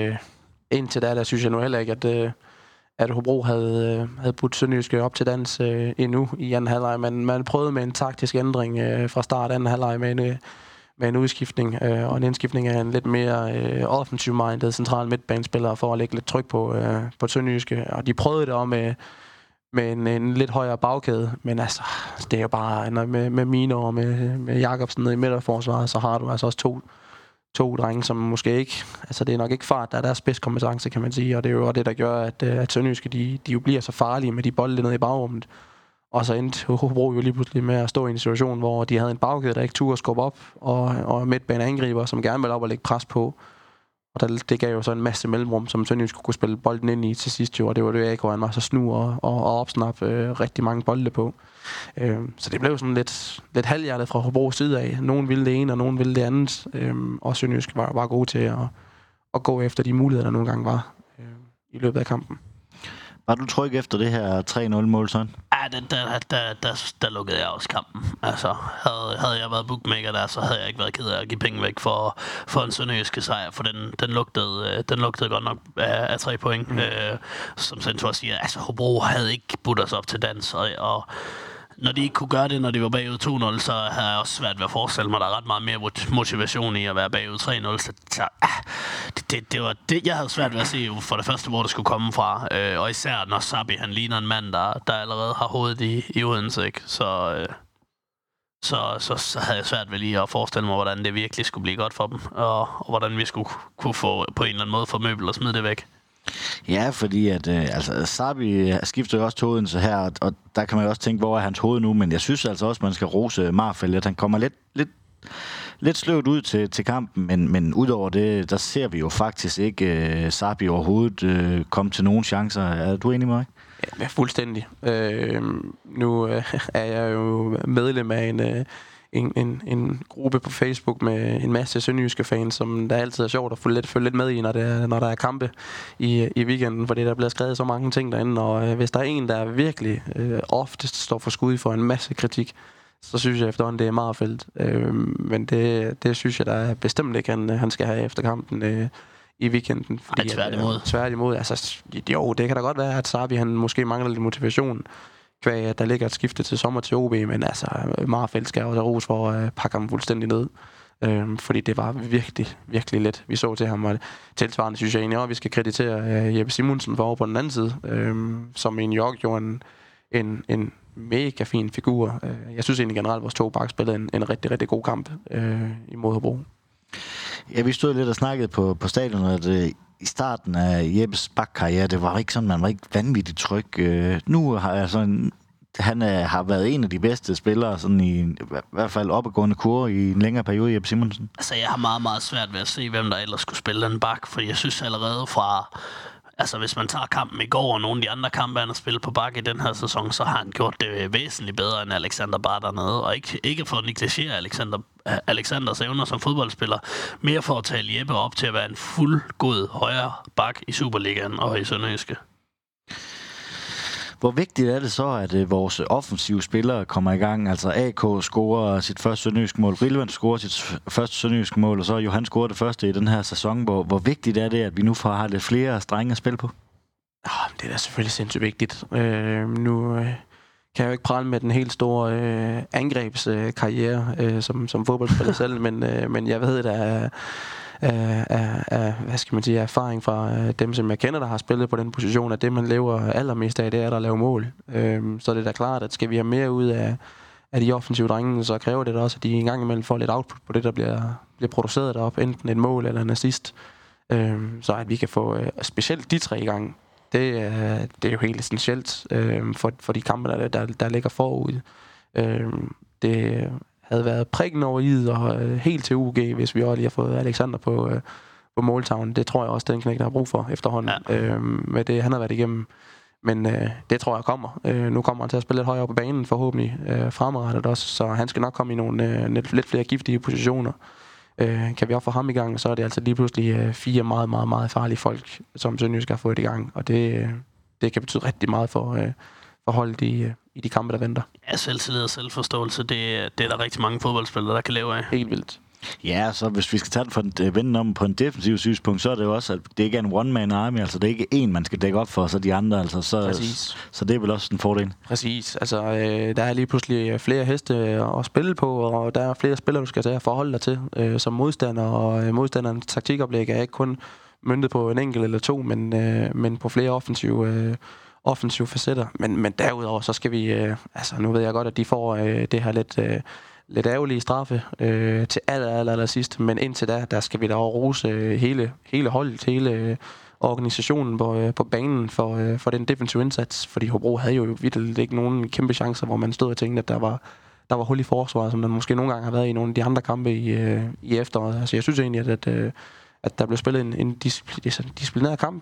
indtil der synes jeg nu heller ikke, at Hobro havde budt Sønderjyske op til dans endnu i anden halvleg. Man prøvede med en taktisk ændring fra start anden halvleg med en udskiftning og en indskiftning af en lidt mere offensive-minded central midtbanespiller for at lægge lidt tryk på Sønderjyske. Og de prøvede det også med en lidt højere bagkæde, men altså, det er jo bare, med Mino og med Jakobsen nede i midterforsvaret, så har du altså også to drenge, som måske ikke, altså det er nok ikke fart, der er deres spidskompetence, kan man sige, og det er jo det, der gør, at Sønderjyske, de jo bliver så farlige med de bolde nede i bagrummet. Og så endte Hobro jo lige pludselig med at stå i en situation, hvor de havde en bagkæde, der ikke turde at skubbe op, og midtbaneangriber, som gerne ville op og lægge pres på. Og det gav jo så en masse mellemrum, som Sønderjyske kunne spille bolden ind i til sidst jo, og det var det, AK han var så snu og opsnappe rigtig mange bolde på. Så det blev sådan lidt halvhjertet fra Hobros side af. Nogen ville det ene, og nogen ville det andet. Og Sønderjyske var bare gode til at gå efter de muligheder, der nogle gange var i løbet af kampen. Var du tryg efter det her 3-0-mål, sådan? Ja, der lukkede jeg også kampen. Altså, havde jeg været bookmaker der, så havde jeg ikke været ked af at give penge væk for en sønderjyske sejr, for den lugtede godt nok af 3 point. Som Sentor siger, altså Hobro havde ikke budt os op til dans, og når de ikke kunne gøre det, når de var bagud 2-0, så havde jeg også svært ved at forestille mig, at der er ret meget mere motivation i at være bagud 3-0. Så det var det, jeg havde svært ved at se for det første, hvor det skulle komme fra. Og især når Sabi, han ligner en mand, der allerede har hovedet i Odense, ikke? Så så havde jeg svært ved lige at forestille mig, hvordan det virkelig skulle blive godt for dem, og hvordan vi skulle kunne få på en eller anden måde få møbel og smide det væk. Ja, fordi at Sarbi skifter jo også til Odense her, og der kan man jo også tænke, hvor er hans hoved nu, men jeg synes altså også, man skal rose Marfeldt, at han kommer lidt sløvt ud til kampen, men udover det, der ser vi jo faktisk ikke Sarbi overhovedet komme til nogen chancer. Er du enig med mig? Ja, fuldstændig. Nu er jeg jo medlem af en gruppe på Facebook med en masse sønderjyske fans, som der altid er sjovt at følge lidt med i, når der er kampe i weekenden, fordi der bliver skrevet så mange ting derinde, og hvis der er en, der virkelig ofte står for skud for en masse kritik, så synes jeg efterhånden, det er Marfeldt. Men det synes jeg, der bestemt ikke, han skal have efter kampen i weekenden. Fordi tværtimod. Altså, jo, det kan da godt være, at Sarbi han måske mangler lidt motivation, kvæg at der ligger et skifte til sommer til OB, men altså, Marfeldt skal også have ros for at pakke ham fuldstændig ned. Fordi det var virkelig, virkelig let. Vi så til ham, og tilsvarende synes jeg egentlig også, at vi skal kreditere Jeppe Simonsen for over på den anden side, som egentlig også gjorde en mega fin figur. Jeg synes egentlig generelt, at vores to bakker spillede en rigtig, rigtig god kamp imod Hobro. Ja, vi stod lidt og snakkede på stadion, at i starten af Jeppes bakkarriere, det var ikke sådan, man var ikke vanvittigt tryg. Nu har jeg sådan, han har været en af de bedste spillere, sådan i hvert fald opadgående kurve i en længere periode, Jeppe Simonsen. Altså, jeg har meget, meget svært ved at se, hvem der ellers skulle spille den bak, for jeg synes allerede fra... Altså, hvis man tager kampen i går, og nogle af de andre kampe, han har spillet på bakke i den her sæson, så har han gjort det væsentligt bedre end Alexander bare dernede. Og ikke for at negligere Alexanders evner som fodboldspiller, mere for at tale Jeppe op til at være en fuldgod højre bak i Superligaen og i Sønderjyske. Hvor vigtigt er det så, at vores offensive spillere kommer i gang? Altså AK scorer sit første sønderjyske mål, Rilvan scorer sit første sønderjyske mål, og så Johan scorer det første i den her sæson. Hvor vigtigt er det, at vi nu får lidt flere strenge at spille på? Det er da selvfølgelig sindssygt vigtigt. Nu kan jeg jo ikke prale med den helt store angrebskarriere som fodboldspiller selv, men jeg ved, der hvad skal man sige, erfaring fra dem, som jeg kender, der har spillet på den position, at det, man lever allermest af, det er at lave mål. Så det er da klart, at skal vi have mere ud af de offensive drenge, så kræver det da også, at de en gang imellem får lidt output på det, der bliver produceret deroppe, enten et mål eller en assist. Så at vi kan få specielt de tre i gang, det er jo helt essentielt for de kampe, der ligger forud. Det havde været prikken over i og helt til UG, hvis vi også lige har fået Alexander på måltavlen. Det tror jeg også, den knæk, der har brug for efterhånden. Ja. Med det, han har været igennem. Men det tror jeg kommer. Nu kommer han til at spille lidt højere op på banen, forhåbentlig fremadrettet også. Så han skal nok komme i nogle lidt flere giftige positioner. Kan vi også få ham i gang, så er det altså lige pludselig 4 meget, meget, meget farlige folk, som Sønderjysk har fået i gang. Og det kan betyde rigtig meget for holdet i de kampe, der venter. Ja, selvtillid og selvforståelse, det er der rigtig mange fodboldspillere, der kan leve af. Helt vildt. Ja, så hvis vi skal tage den vende om på en defensiv synspunkt, så er det jo også, at det ikke er en one-man army, altså det er ikke én, man skal dække op for, så de andre, altså så det er vel også en fordel. Præcis, altså der er lige pludselig flere heste at spille på, og der er flere spillere, du skal tage at forholde dig til som modstander, og modstanderens taktikoplæg er ikke kun møntet på en enkelt eller to, men på flere offensive facetter. Men derudover, så skal vi, nu ved jeg godt, at de får det her lidt ærgerlige straffe til aller sidst, men indtil der skal vi da rose hele holdet, hele organisationen på banen for den defensive indsats, fordi Hobro havde jo vitterligt ikke nogen kæmpe chancer, hvor man stod og tænkte, at der var hul i forsvaret, som der måske nogle gange har været i nogle af de andre kampe i efteråret. Altså jeg synes egentlig, at der blev spillet en disciplineret kamp,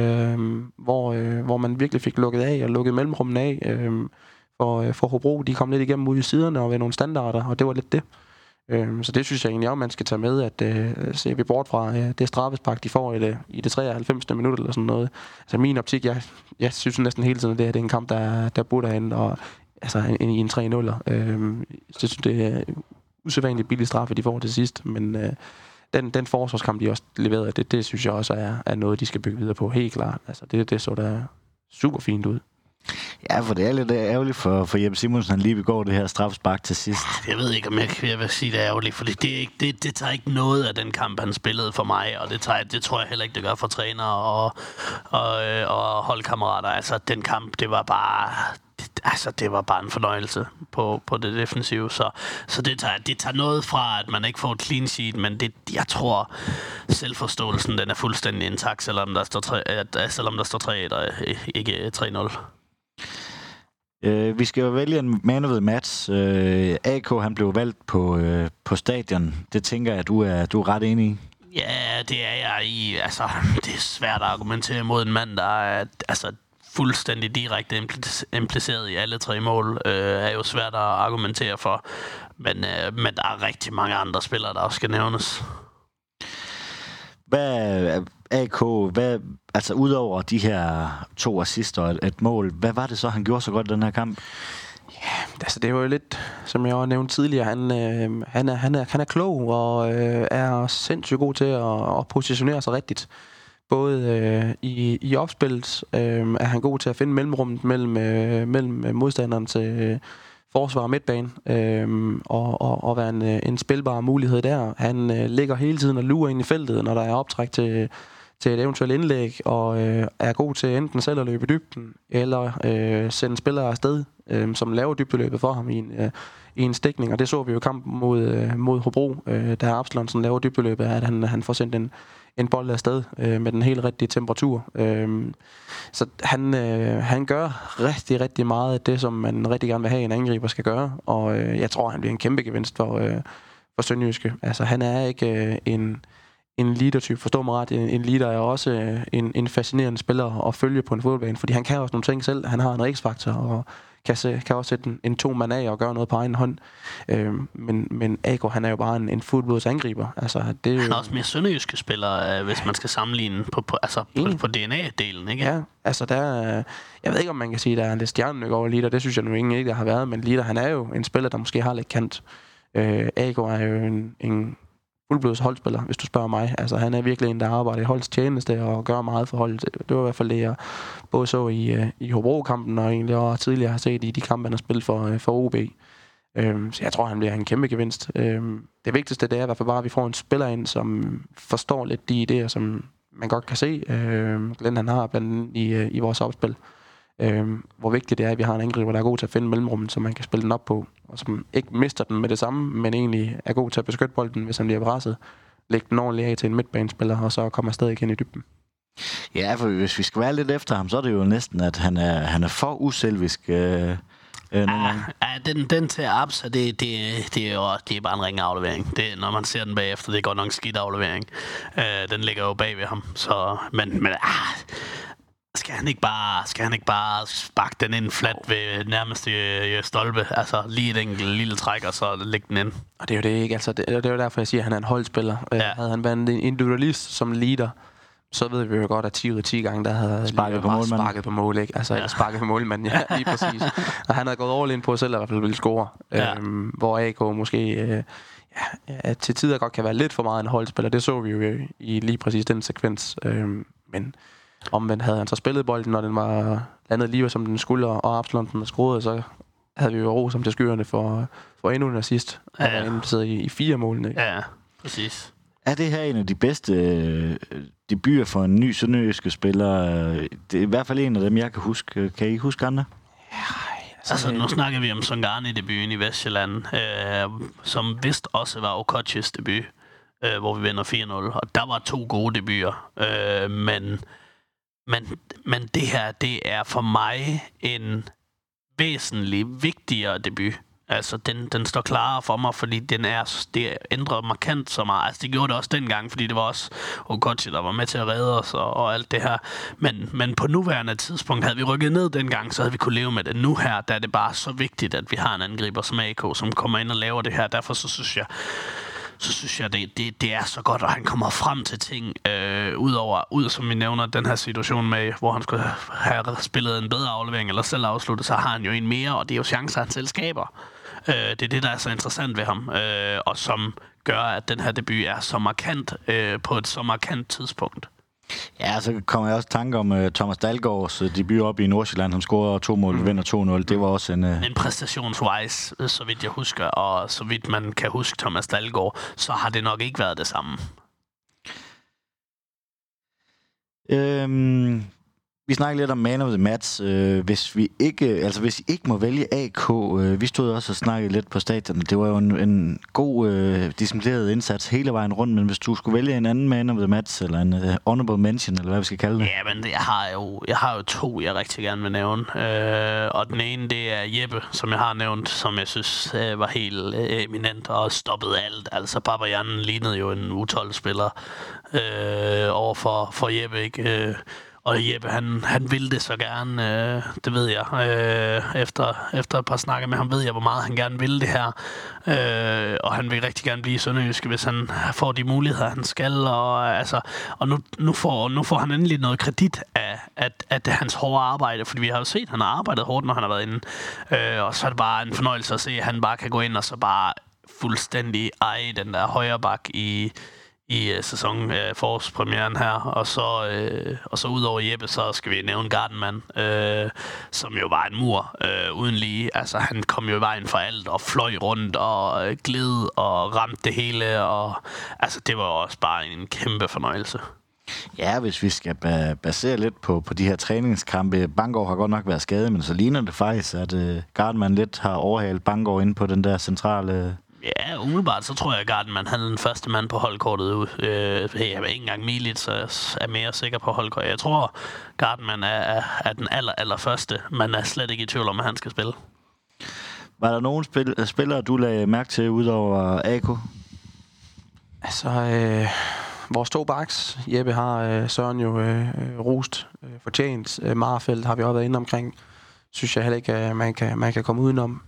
hvor man virkelig fik lukket af og lukket mellemrummen af for Hobro. De kom lidt igennem ude i siderne og ved nogle standarder, og det var lidt det. Så det synes jeg egentlig også, man skal tage med, at ser vi bort fra det straffespark, de får i det 93. minut eller sådan noget. Altså min optik, jeg synes næsten hele tiden, at det er en kamp, der burde have og altså i en 3-0'er. Så jeg synes, det er usædvanligt billig straffe, de får til sidst, men den forsvarskamp, de også leverede, det synes jeg også er noget, de skal bygge videre på, helt klart. Altså det så der super fint ud. Ja, for det er lidt ærgerligt for Jeppe Simonsen, han lige begår det her strafspark til sidst. Jeg ved ikke, om jeg vil sige, det er ærgerligt, for det tager ikke noget af den kamp, han spillede for mig, og det tror jeg heller ikke, det gør for trænere og holdkammerater. Altså, den kamp, det var bare... altså, det var bare en fornøjelse på det defensive. Så det tager noget fra, at man ikke får et clean sheet, men jeg tror, selvforståelsen den er fuldstændig intakt, selvom der står 3-1 og ikke 3-0. Vi skal jo vælge en man of the match. AK, han blev valgt på stadion. Det tænker jeg, at du er ret enig i. Ja, det er jeg i. Altså, det er svært at argumentere mod en mand, der er fuldstændig direkte impliceret i alle 3 mål. Er jo svært at argumentere for. Men der er rigtig mange andre spillere, der også skal nævnes. Altså udover de her 2 assister og et mål, hvad var det så, han gjorde så godt i den her kamp? Ja, altså det var jo lidt, som jeg også nævnte tidligere, han er klog og er sindssygt god til at positionere sig rigtigt. Både i opspillet er han god til at finde mellemrummet mellem modstanderen til forsvar og midtbane, og være en spilbar mulighed der. Han ligger hele tiden og lurer ind i feltet, når der er optræk til et eventuelt indlæg, og er god til enten selv at løbe i dybden, eller sende spillere afsted, som laver dybdeløbet for ham i en stikning. Og det så vi jo i kampen mod Hobro, da Absalonsen laver dybdeløbet, at han får sendt en bold afsted med den helt rigtige temperatur. Så han gør rigtig, rigtig meget af det, som man rigtig gerne vil have, en angriber skal gøre. Og jeg tror, han bliver en kæmpe gevinst for Sønderjyske. Altså, han er ikke en leader-type, forstår mig ret. En leader er også en fascinerende spiller at følge på en fodboldbane, fordi han kan også nogle ting selv. Han har en X-faktor, og kan også sætte en 2-mand af og gøre noget på egen hånd. Men Ago, han er jo bare en fuldblods angriber. Altså, det er han er også mere sønderjyske spiller, hvis man skal sammenligne på DNA-delen, ikke? Ja, altså jeg ved ikke, om man kan sige, at der er en lidt stjernenyk over Lider. Det synes jeg nu ikke, der har været. Men Lider, han er jo en spiller, der måske har lidt kant. Ago er jo en fuldblods holdspiller, hvis du spørger mig. Altså, han er virkelig en, der arbejder i holdets tjeneste og gør meget for holdet. Det var i hvert fald det, jeg både så i Hobro-kampen og egentlig også tidligere har set i de kampe, han har spillet for OB. Så jeg tror, han bliver en kæmpe gevinst. Det vigtigste, det er i hvert fald bare, at vi får en spiller ind, som forstår lidt de idéer, som man godt kan se. Glenn, han har blandt andet i vores opspil. Hvor vigtigt det er, at vi har en angriber, der er god til at finde mellemrummet, så man kan spille den op på, og som ikke mister den med det samme, men egentlig er god til at beskytte bolden, hvis han bliver presset. Lægge den ordentligt af til en midtbanespiller, og så kommer stadig ind i dybden. Ja, for hvis vi skal være lidt efter ham, så er det jo næsten, at han er for uselvisk. Den til Absa, det er bare en ringe aflevering. Det, når man ser den bagefter, det er godt nok en skidt aflevering. Den ligger jo bag ved ham. Så, men skal han ikke bare sparke den ind flat ved nærmeste stolpe? Altså lige et enkelt lille træk, og så lægge den ind. Og det er jo det ikke. Altså, det er jo derfor, jeg siger, at han er en holdspiller. Ja. Havde han været en individualist som leader, så ved vi jo godt, at 10 gange, der havde sparket på mål, ikke? Altså, sparket på målmanden, ja, lige præcis. Og han havde gået all in på selv, i hvert fald ville score. Ja. Hvor AK måske til tider godt kan være lidt for meget en holdspiller. Det så vi jo i lige præcis den sekvens. Men omvendt havde han så spillet bolden, når den var landet lige som den skulle, og Absalonsen var skruet, så havde vi jo ro som til skyerne for endnu en assist. Og var indplaceret i 4 målene. Ja, præcis. Er det her en af de bedste debuter for en ny sønderjyske spiller? Det er i hvert fald en af dem, jeg kan huske. Kan I huske andre? Altså, nu snakker vi om Songani-debuten i Vestjylland, som vist også var Okochis debut, hvor vi vinder 4-0. Og der var 2 gode debuter. Men det her, det er for mig en væsentlig vigtigere debut. Altså, den står klarere for mig, fordi det ændrer markant så meget. Altså, det gjorde det også dengang, fordi det var også Okochi, der var med til at redde os og alt det her. Men på nuværende tidspunkt havde vi rykket ned dengang, så havde vi kunne leve med det. Nu her, der er det bare så vigtigt, at vi har en angriber som AK, som kommer ind og laver det her. Derfor så synes jeg, det er så godt, at han kommer frem til ting, ud som vi nævner, den her situation med, hvor han skulle have spillet en bedre aflevering, eller selv afsluttet, så har han jo en mere, og det er jo chancer, han selv skaber. Det er det, der er så interessant ved ham, og som gør, at den her debut er så markant på et så markant tidspunkt. Ja, så kommer jeg også tanke om Thomas Dalgaards debut op i Nordsjælland. Han scorer 2 mål, vinder 2-0. Det var også en præstationswise, så vidt jeg husker, og så vidt man kan huske Thomas Dalgaard, så har det nok ikke været det samme. Vi snakker lidt om man of the match. Hvis I ikke må vælge AK, vi stod også og snakkede lidt på stadion. Det var jo en god, disciplineret indsats hele vejen rundt, men hvis du skulle vælge en anden man of the match, eller en honorable mention, eller hvad vi skal kalde det? Ja, men jeg har jo to, jeg rigtig gerne vil nævne. Og den ene, det er Jeppe, som jeg har nævnt, som jeg synes var helt eminent og stoppede alt. Altså, Babajan lignede jo en U12-spiller over for Jeppe, ikke? Og Jeppe, han ville det så gerne, det ved jeg. Efter et par snakker med ham, ved jeg, hvor meget han gerne ville det her. Og han vil rigtig gerne blive sønderjysk, hvis han får de muligheder, han skal. Og nu får han endelig noget kredit af det hans hårde arbejde, fordi vi har jo set, at han har arbejdet hårdt, når han har været inde. Og så er det bare en fornøjelse at se, at han bare kan gå ind og så bare fuldstændig eje den der højre bak i forårspremieren her, og så ud over Jeppe, så skal vi nævne Gardenman, som jo var en mur uden lige. Altså, han kom jo i vejen for alt, og fløj rundt, og gled, og ramte det hele, og altså, det var også bare en kæmpe fornøjelse. Ja, hvis vi skal basere lidt på de her træningskampe. Bangor har godt nok været skadet, men så ligner det faktisk, at Gardenman lidt har overhalet Bangor inde på den der centrale... Ja, umiddelbart, så tror jeg, at Gardenman han er den første mand på holdkortet ud. Jeg er ikke engang Milic, så jeg er mere sikker på holdkortet. Jeg tror, Gardenman er den aller første. Man er slet ikke i tvivl om, at han skal spille. Var der nogen spillere, du lagde mærke til, udover AK? Altså, vores to backs, Jeppe har Søren jo rost fortjent. Marfeldt har vi også været inde omkring. Synes jeg heller ikke, at man kan komme udenom.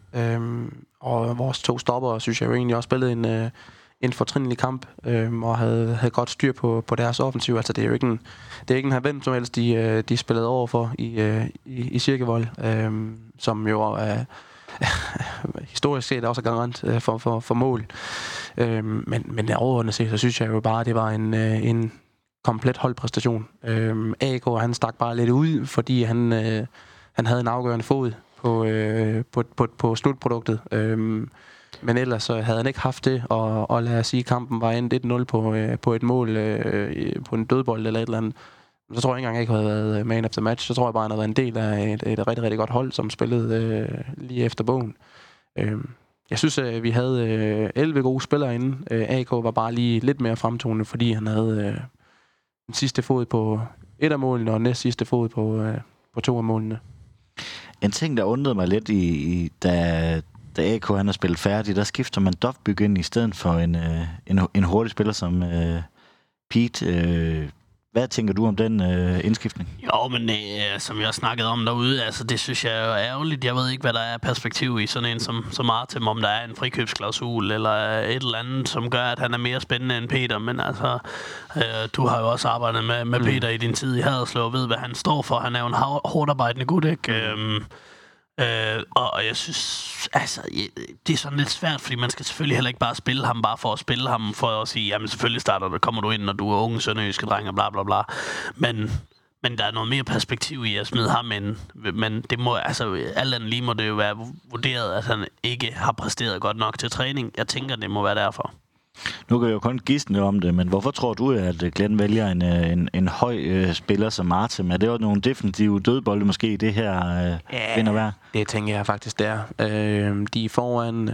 Og vores to stopper, synes jeg jo egentlig også spillede en fortrinlig kamp, og havde godt styr på deres offensiv. Altså, det er jo ikke en hvem som helst, de spillede over for i Cirkevold, som jo er historisk set også er garant for mål. Men overordnet set, så synes jeg jo bare, at det var en komplet holdpræstation. AK, han stak bare lidt ud, fordi han havde en afgørende fod på slutproduktet. Men ellers så havde han ikke haft det, og lad os sige, kampen var endt 1-0 på et mål på en dødbold eller et eller andet. Så tror jeg ikke engang, jeg ikke havde været man of the match. Så tror jeg bare, han havde været en del af et rigtig, rigtig godt hold, som spillede lige efter bogen. Jeg synes, at vi havde 11 gode spillere inde. AK var bare lige lidt mere fremtonende, fordi han havde den sidste fod på et af målene, og næst sidste fod på to af målene. En ting, der undrede mig lidt, da AK han har spillet færdig, der skifter man Dovbyg ind i stedet for en hurtig spiller som Pete. Hvad tænker du om den indskiftning? Jo, men som jeg snakkede om derude, altså det synes jeg er ærgerligt. Jeg ved ikke, hvad der er perspektiv i sådan en som Artem, om der er en frikøbsklausul eller et eller andet, som gør, at han er mere spændende end Peter. Men altså, du har jo også arbejdet med Peter i din tid i Haderslev og ved, hvad han står for. Han er jo en hårdt arbejdende gut, ikke? Og jeg synes, altså, det er sådan lidt svært, fordi man skal selvfølgelig heller ikke bare spille ham, bare for at spille ham, for at sige, jamen selvfølgelig kommer du ind, når du er unge sønderjyske dreng og bla bla bla. Men der er noget mere perspektiv i at smide ham ind. Men det må, altså, alt andet lige må det jo være vurderet, at han ikke har præsteret godt nok til træning. Jeg tænker, det må være derfor. Nu kan jeg jo kun gisne om det, men hvorfor tror du, at Glenn vælger en høj spiller som Artem? Er det også nogle definitive dødbolde måske i det her vind og vejr? Det tænker jeg faktisk, det er. De er foran,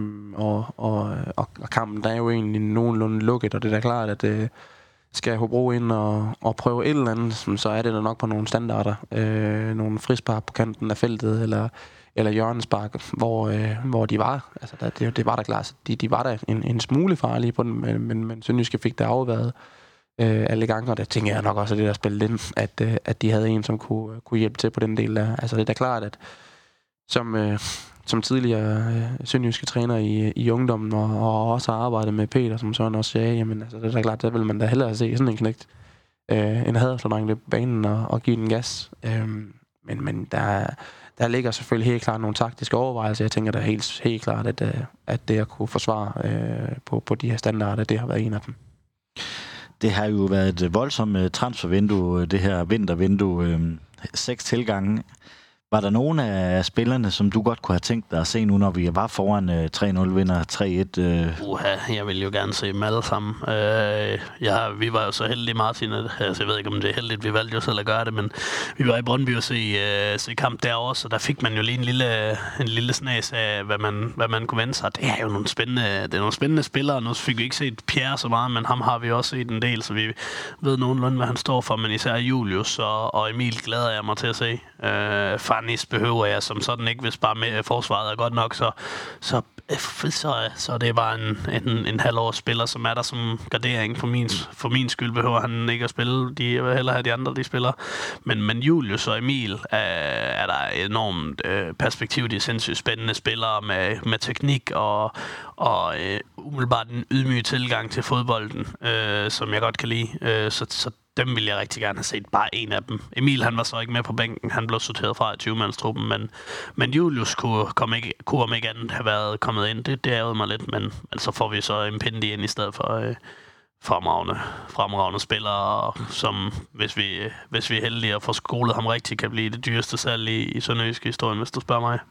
og kampen der er jo egentlig nogenlunde lukket, og det er da klart, at skal Hobro ind og prøve et eller andet, så er det da nok på nogle standarder. Nogle frispark på kanten af feltet, eller hjørnespark, hvor de var. Altså, det var da klart. De var da en smule farlige på den, men Sønderjyske fik det afværet alle gange, og der tænker jeg nok også, at det der spillede ind, at de havde en, som kunne hjælpe til på den del der. Altså, det er da klart, at som tidligere sønderjyske træner i ungdommen, og også har arbejdet med Peter, som Søren også sagde, jamen, altså, det er da klart, der vil man da hellere se sådan en knægt, en Haderslev-dreng løbe banen og give den gas. Men der ligger selvfølgelig helt klart nogle taktiske overvejelser. Jeg tænker da helt klart, at det at kunne forsvare på de her standarder, det har været en af dem. Det har jo været et voldsomt transfervindue, det her vintervindue. 6 tilgange. Var der nogen af spillerne, som du godt kunne have tænkt dig at se nu, når vi var foran 3-0, vinder 3-1? Jeg vil jo gerne se dem alle sammen. Vi var jo så heldige, Martin, jeg ved ikke, om det er heldigt, vi valgte jo selv at gøre det, men vi var i Brøndby og se kamp derovre, så der fik man jo lige en lille snas af, hvad man kunne vende sig. Det er jo nogle spændende spillere. Nu fik vi ikke set Pierre så meget, men ham har vi også set en del, så vi ved nogenlunde, hvad han står for, men især Julius og Emil glæder jeg mig til at se. Farnis behøver jeg som sådan ikke, hvis bare med forsvaret er godt nok, så det er bare en halvårs spiller, som er der som gardering. For min skyld behøver han ikke at spille. De vil hellere have de andre, de spiller. Men Julius og Emil er der enormt perspektiv. De er sindssygt spændende spillere med teknik og umiddelbart en ydmyg tilgang til fodbolden, som jeg godt kan lide. Så dem vil jeg rigtig gerne have set. Bare en af dem. Emil, han var så ikke med på bænken. Han blev sorteret fra i 20-mandstruppen, men Julius kunne om ikke andet have været kommet ind. Det ærede mig lidt, men så får vi så en Pindi ind i stedet for fremragende spillere, som hvis vi er heldige at få skolet ham rigtigt, kan blive det dyreste salg i sønderjyske historien, hvis du spørger mig.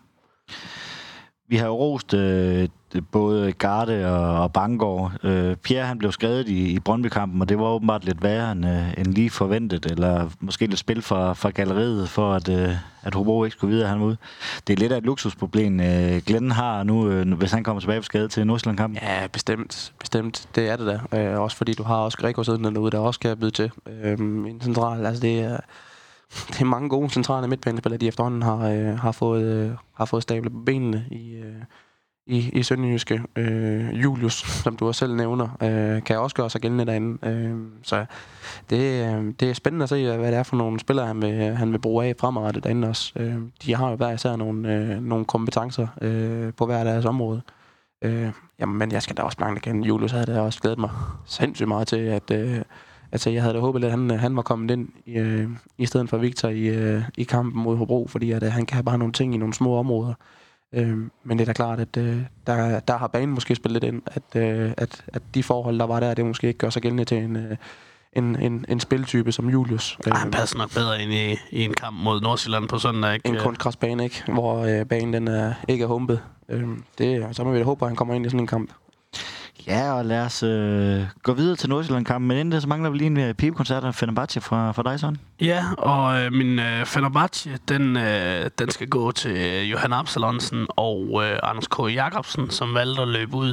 Vi har jo rost både Garde og Bangor. Pierre, han blev skadet i Brøndby-kampen, og det var åbenbart lidt værre end lige forventet, eller måske lidt spil fra galleriet, for at Hobro ikke skulle videre, han var ude. Det er lidt af et luksusproblem, Glenn har nu, hvis han kommer tilbage på skade til Nordsjælland-kampen. Ja, bestemt. Det er det da. Også fordi du har også Greco siddende derude, der også skal byde til en central. Altså det er mange gode centrale midtbanespillere, de efterhånden har fået stablet på benene i sønderjyske. Julius, som du også selv nævner, kan også gøre sig gældende derinde. Så det er spændende at se, hvad det er for nogle spillere, han vil bruge af fremadrettet derinde også. De har jo hver især nogle kompetencer på hver deres område. Men jeg skal da også blankt igen. Julius havde da også glædet mig sindssygt meget til, at jeg havde da håbet, at han var kommet ind i stedet for Victor i kampen mod Hobro, fordi at han kan have bare nogle ting i nogle små områder. Men det er da klart, at der har banen måske spillet lidt ind, at de forhold, der var der, det måske ikke gør sig gældende til en spiltype som Julius. Han passer nok bedre ind i en kamp mod Nordsjælland på søndag, ikke? En kunstgræsbane, ikke? Hvor banen den ikke er humpet. Så må vi da håbe, at han kommer ind i sådan en kamp. Ja, og lad os gå videre til Nordsjælland-kampen, men inden det, så mangler vi lige en pibekoncert af Fenerbahce fra dig, sådan. Ja, og min Fenerbahce, den skal gå til Johan Absalonsen og Anders K. Jacobsen, som valgte at løbe ud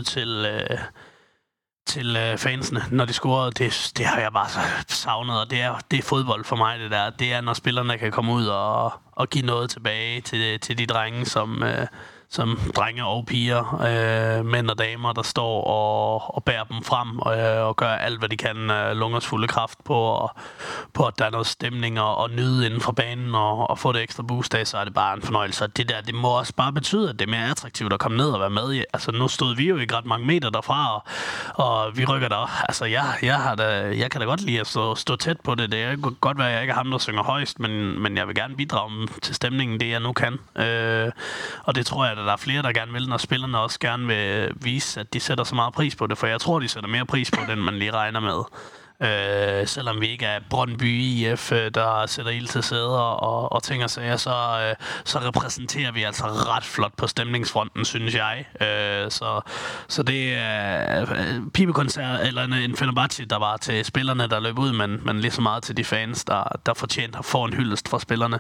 til fansene, når de scorede. Det har jeg bare så savnet, og det er fodbold for mig, det der. Det er, når spillerne kan komme ud og give noget tilbage til de drenge, som drenge og piger, mænd og damer, der står og bærer dem frem og gør alt, hvad de kan, lungers fulde kraft på at der er noget stemning og nyde inden for banen og få det ekstra boost af, så er det bare en fornøjelse. Og det må også bare betyde, at det er mere attraktivt at komme ned og være med. Altså, nu stod vi jo ikke ret mange meter derfra, og vi rykker der. Altså, jeg kan da godt lide at stå tæt på det. Det er godt være, at jeg ikke er ham, der synger højst, men jeg vil gerne bidrage til stemningen, det jeg nu kan. Og det tror jeg, at der er flere, der gerne vil, når spillerne også gerne vil vise, at de sætter så meget pris på det, for jeg tror, de sætter mere pris på det, end man lige regner med. Selvom vi ikke er Brøndby IF, der sætter ild til sæder og ting og sager, så repræsenterer vi altså ret flot på stemningsfronten, synes jeg. Så det er pibekoncert, eller en Fenerbahce, der var til spillerne, der løb ud, men lige så meget til de fans, der fortjent at få en hyldest fra spillerne.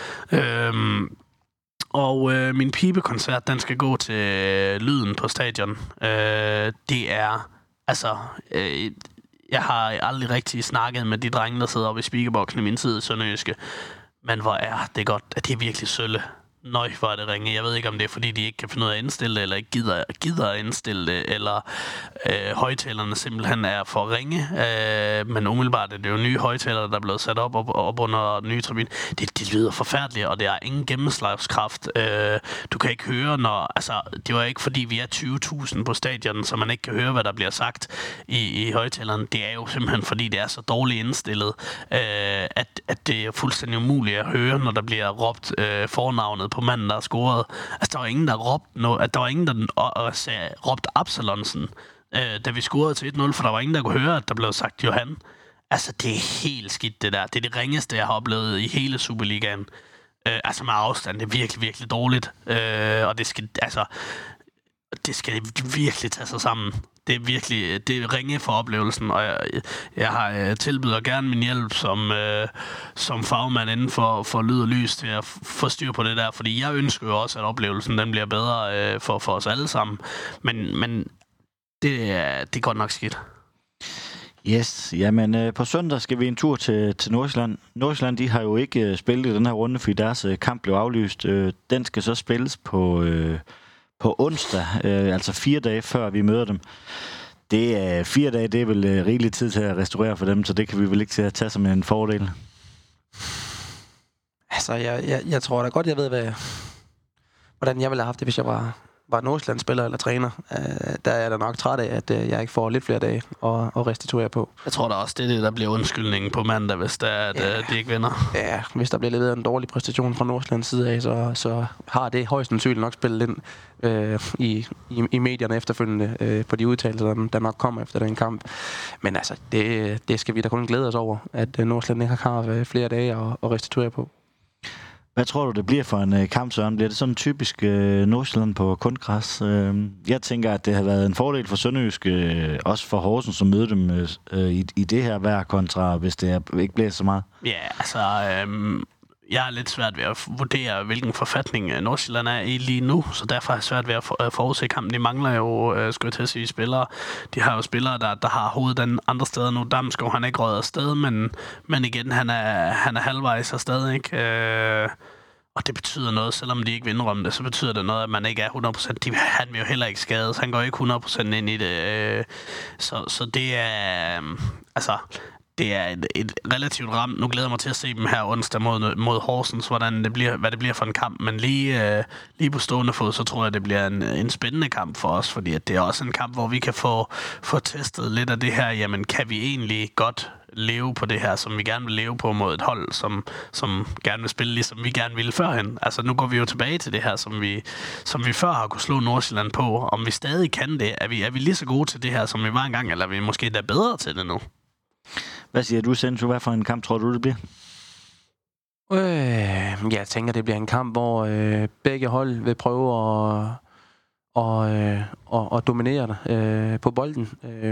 Og min pibekoncert, den skal gå til lyden på stadion. Det er, altså, jeg har aldrig rigtig snakket med de drenge, der sidder oppe i speakerboksen i min tid i Sønderjyske. Men hvor er det godt, at det er virkelig sølle. Nøj, hvor er det ringe. Jeg ved ikke, om det er, fordi de ikke kan finde ud af at indstille det, eller ikke gider at indstille det, eller højtalerne simpelthen er for ringe. Men umiddelbart er det jo nye højtalere, der er blevet sat op under den nye tribune. Det lyder forfærdeligt, og det er ingen gennemslagskraft. Du kan ikke høre, det var ikke, fordi vi er 20.000 på stadion, så man ikke kan høre, hvad der bliver sagt i højtalerne. Det er jo simpelthen, fordi det er så dårligt indstillet, at det er fuldstændig umuligt at høre, når der bliver råbt fornavnet på manden, der har scoret. Altså, der var ingen, der råbte Absalonsen, da vi scorede til 1-0, for der var ingen, der kunne høre, at der blev sagt Johan. Altså, det er helt skidt, det der. Det er det ringeste, jeg har oplevet i hele Superligaen. Altså med afstand, det er virkelig, virkelig dårligt. Og det skal virkelig tage sig sammen. Det er virkelig ringe for oplevelsen, og jeg har tilbyder gerne min hjælp som fagmand inden for lyd og lys til at få styr på det der, fordi jeg ønsker jo også, at oplevelsen den bliver bedre for os alle sammen. Men det er godt nok skidt. Yes, jamen på søndag skal vi en tur til Nordsjælland. Nordsjælland, de har jo ikke spillet i den her runde, fordi deres kamp blev aflyst. Den skal så spilles på onsdag, altså 4 dage før vi møder dem. Det er 4 dage, det er vel rigelig tid til at restaurere for dem, så det kan vi vel ikke til at tage som en fordel. Altså, jeg tror da godt, jeg ved, hvordan jeg ville have haft det, hvis jeg var Nordsjælland-spiller eller træner. Der er jeg da nok træt af, at jeg ikke får lidt flere dage at restituere på. Jeg tror da også, det er det, der bliver undskyldningen på mandag, hvis det er, at de ikke vinder. Ja, hvis der bliver leveret en dårlig præstation fra Nordsjællands side af, så har det højst sandsynligt nok spillet ind i medierne efterfølgende på de udtalelser, der nok kommer efter den kamp. Men altså, det skal vi da kun glæde os over, at Nordsjælland ikke har flere dage at restituere på. Hvad tror du, det bliver for en kamp, Søren? Bliver det sådan typisk Nordsjælland på kunstgræs? Jeg tænker, at det har været en fordel for Sønderjysk, også for Horsens, som møder dem i det her vejr, kontra hvis det ikke bliver så meget. Ja, altså, jeg er lidt svært ved at vurdere, hvilken forfatning Nordsjælland er i lige nu, så derfor er jeg svært ved at forudse kampen. De mangler jo, skulle jeg til at sige, spillere. De har jo spillere, der har hovedet andre steder nu. Damsgaard, han er ikke røget afsted, men igen, han er halvvejs afsted, ikke? Og det betyder noget, selvom de ikke vil indrømme det, så betyder det noget, at man ikke er 100%. Han vil jo heller ikke skades, han går ikke 100% ind i det. Så det er... Det er et relativt ramt. Nu glæder jeg mig til at se dem her onsdag mod Horsens, hvad det bliver for en kamp. Men lige på stående fod, så tror jeg, det bliver en spændende kamp for os, fordi at det er også en kamp, hvor vi kan få testet lidt af det her. Jamen, kan vi egentlig godt leve på det her, som vi gerne vil leve på mod et hold, som gerne vil spille, ligesom vi gerne ville førhen. Altså, nu går vi jo tilbage til det her, som vi før har kunne slå Nordsjælland på. Om vi stadig kan det, er vi lige så gode til det her, som vi var engang, eller er vi måske da bedre til det nu? Hvad siger du, Sensu? Hvad for en kamp tror du, det bliver? Jeg tænker, det bliver en kamp, hvor begge hold vil prøve at dominere på bolden.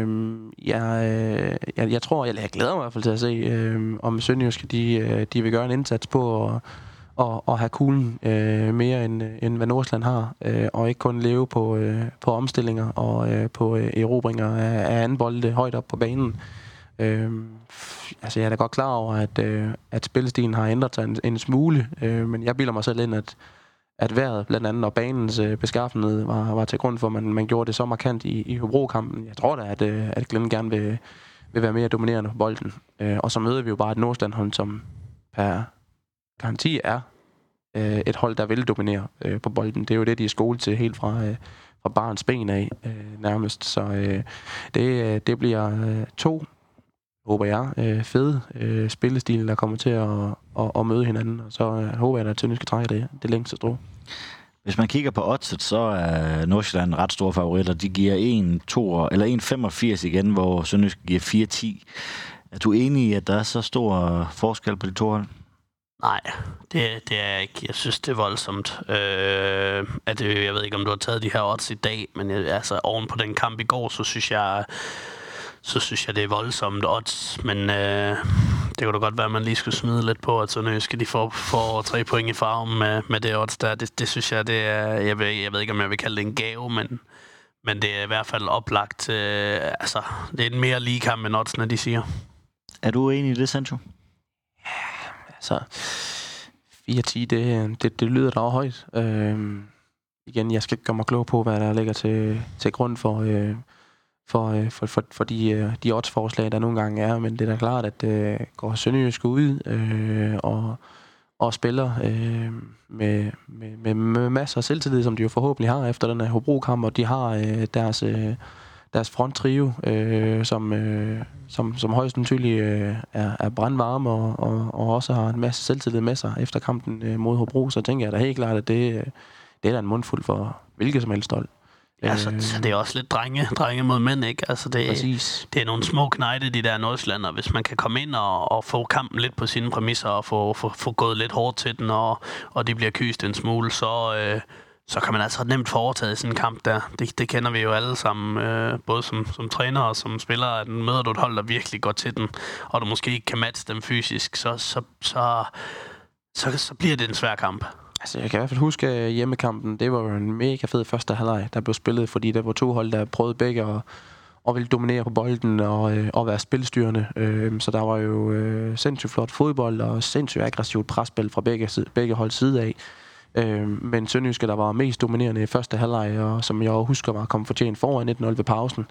Jeg tror, jeg glæder mig i hvert fald til at se, om Sønderjyske de vil gøre en indsats på at have kuglen mere end hvad Nordsjælland har, og ikke kun leve på omstillinger og på erobringer af anden bolde højt op på banen. Altså jeg er da godt klar over, at spillestilen har ændret sig en smule, men jeg bilder mig selv ind, at vejret blandt andet og banens beskaffenhed var til grund for, at man gjorde det så markant i Hobro-kampen. Jeg tror da, at Glenn gerne vil være mere dominerende på bolden. Og så møder vi jo bare et Nordsjælland, som per garanti er et hold, der vil dominere på bolden. Det er jo det, de er skole til helt fra barns ben af nærmest. Så det bliver 2, håber jeg, fede spillestil, der kommer til at møde hinanden. Og så håber jeg, at Sønderjyske trækker det længste strå. Hvis man kigger på oddset, så er Nordsjælland ret store favoritter. De giver 1,85 igen, hvor Sønderjyske giver 4,10. Er du enig i, at der er så stor forskel på de to hold? Nej, det er jeg ikke. Jeg synes, det er voldsomt. Jeg ved ikke, om du har taget de her odds i dag, men oven på den kamp i går, så synes jeg, det er voldsomt odds. Men det kunne da godt være, at man lige skulle smide lidt på, at Sønderjyske de får 3 point i farven med det odds der. Det synes jeg, det er... Jeg ved ikke, om jeg vil kalde det en gave, men det er i hvert fald oplagt. Det er en mere lige kamp end oddsene, de siger. Er du enig i det, Sancho? Så 4-10, det lyder da højt. Igen, jeg skal ikke gøre mig klog på, hvad der ligger til grund for de oddsforslag, der nogle gange er, men det er da klart, at går Sønderjyske ud og spiller med masser af selvtillid, som de jo forhåbentlig har efter den her Hobro-kamp, og de har deres fronttrio, som højst sandsynligt er brandvarme og også har en masse selvtillid med sig efter kampen mod Hobro, så tænker jeg da helt klart, at det er da en mundfuld for hvilket som helst hold. Altså, så det er også lidt drenge mod mænd, ikke? Altså, det er nogle små knejde, de der Nordsjællandere. Hvis man kan komme ind og få kampen lidt på sine præmisser, og få gået lidt hårdt til den, og de bliver kyst en smule, så kan man altså nemt få overtaget sådan en kamp der. Det kender vi jo alle sammen, både som træner og som spiller, at møder du et hold, der virkelig går til den, og du måske ikke kan matche dem fysisk, så bliver det en svær kamp. Altså, jeg kan i hvert fald huske hjemmekampen. Det var jo en mega fed første halvleg, der blev spillet, fordi der var 2 hold, der prøvede begge og ville dominere på bolden og være spilstyrende. Så der var jo sindssygt flot fodbold og sindssygt aggressivt presspil fra begge hold side af. Men Sønderjyske, der var mest dominerende i første halvleg, og som jeg husker var kommet fortjent foran 1-0 ved pausen.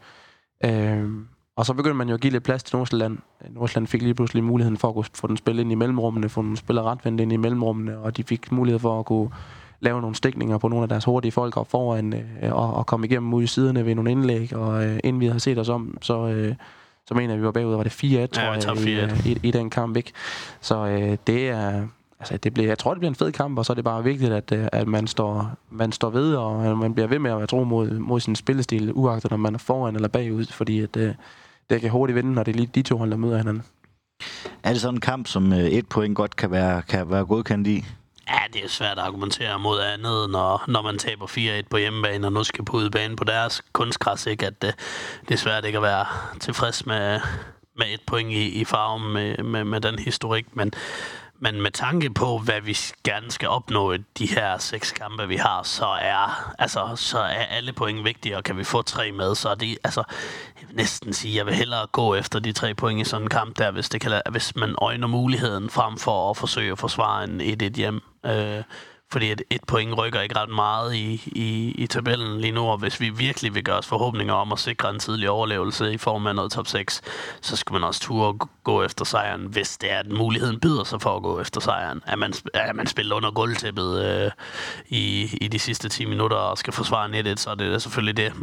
Og så begyndte man jo at give lidt plads til Nordsjælland. Nordsjælland fik lige pludselig muligheden for at få den spillet ind i mellemrummene, få den spillet retvendt ind i mellemrummene, og de fik mulighed for at kunne lave nogle stikninger på nogle af deres hurtige folk op foran, og komme igennem ud i siderne ved nogle indlæg. Og inden vi havde set os om, så mener jeg, vi var bagud, var det 4-1, tror jeg, i den kamp, ikke? Så det er... Altså, jeg tror, det bliver en fed kamp, og så er det bare vigtigt, at man står ved, og at man bliver ved med at være tro mod sin spillestil, uagtet om man er foran eller bagud, fordi det kan hurtigt vinde, når det er lige de 2 hold, der møder hinanden. Er det sådan en kamp, som 1 point godt kan være godkendt i? Ja, det er svært at argumentere mod andet, når man taber 4-1 på hjemmebane, og nu skal på udebane på deres kunstgræs, ikke? At det er svært ikke at være tilfreds med 1 point i farven med den historik, men med tanke på, hvad vi gerne skal opnå i de her 6 kampe, vi har, så er alle point vigtige, og kan vi få 3 med, så er det, altså, jeg vil næsten sige, jeg vil hellere gå efter de 3 point i sådan en kamp der, hvis man øjner muligheden frem for at forsøge at forsvare en 1-1 hjem. Fordi et point rykker ikke ret meget i tabellen lige nu, og hvis vi virkelig vil gøre os forhåbninger om at sikre en tidlig overlevelse i form af noget top 6, så skal man også turde gå efter sejren, hvis det er, at muligheden byder sig for at gå efter sejren. At man spiller under gulvtæppet i de sidste 10 minutter og skal forsvare 1-1, så er det selvfølgelig det,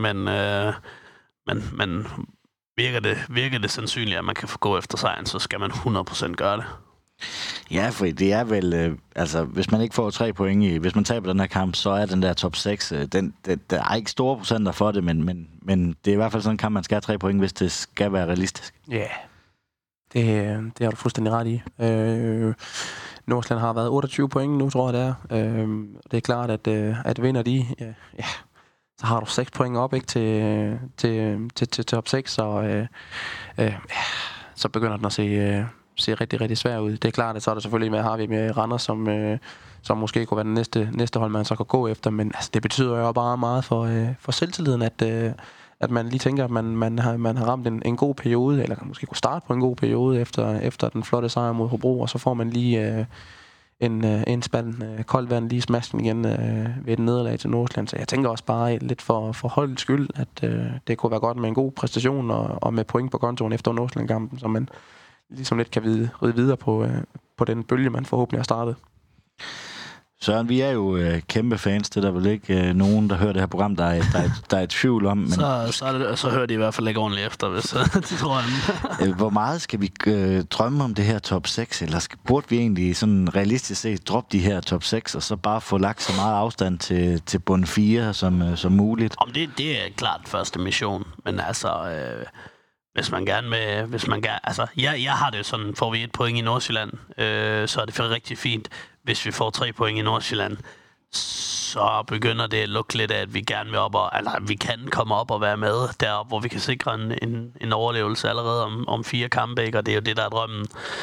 men virker det sandsynligt, at man kan få gå efter sejren, så skal man 100% gøre det. Ja, for det er vel, hvis man ikke får 3 point hvis man taber den her kamp, så er den der top 6, der er ikke store procenter for det, men det er i hvert fald sådan en kamp, man skal have 3 point, hvis det skal være realistisk. Ja, det har du fuldstændig ret i. Nordsjælland har været 28 point nu, tror jeg det er. Det er klart, at vinder de, så har du 6 point op, ikke, til top 6, og så begynder den at se rigtig, rigtig svært ud. Det er klart, at så er der selvfølgelig har vi med Randers, som måske kunne være den næste hold, man så kan gå efter, men altså, det betyder jo bare meget for selvtilliden, at man lige tænker, at man har ramt en god periode, eller måske kunne starte på en god periode efter den flotte sejr mod Hobro, og så får man lige en spand koldt vand lige smasken igen ved et nederlag til Nordsjælland. Så jeg tænker også bare lidt for holdets skyld, at det kunne være godt med en god præstation og med point på kontoen efter Nordsjælland-kampen, så man ligesom lidt kan ride videre på den bølge, man forhåbentlig har startet. Søren, vi er jo kæmpe fans. Det er der vel ikke nogen, der hører det her program, der er et tvivl om. Men så hører de i hvert fald ikke ordentligt efter, hvis de tror. Hvor meget skal vi drømme om det her top 6? Eller burde vi egentlig sådan realistisk set droppe de her top 6, og så bare få lagt så meget afstand til bund 4 som muligt? Om det er klart første mission, men altså... Hvis man gerne, altså, jeg har det jo sådan, får vi 1 point i Nordsjælland, så er det rigtig fint. Hvis vi får 3 point i Nordsjælland, så begynder det at lukke lidt af, at vi gerne vil vi kan komme op og være med deroppe, hvor vi kan sikre en overlevelse allerede om 4 kampe, ikke? Og det er jo det, der er drømmen.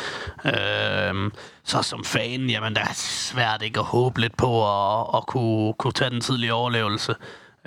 Så som fan, jamen, der er svært ikke at håbe lidt på at kunne tage den tidlige overlevelse.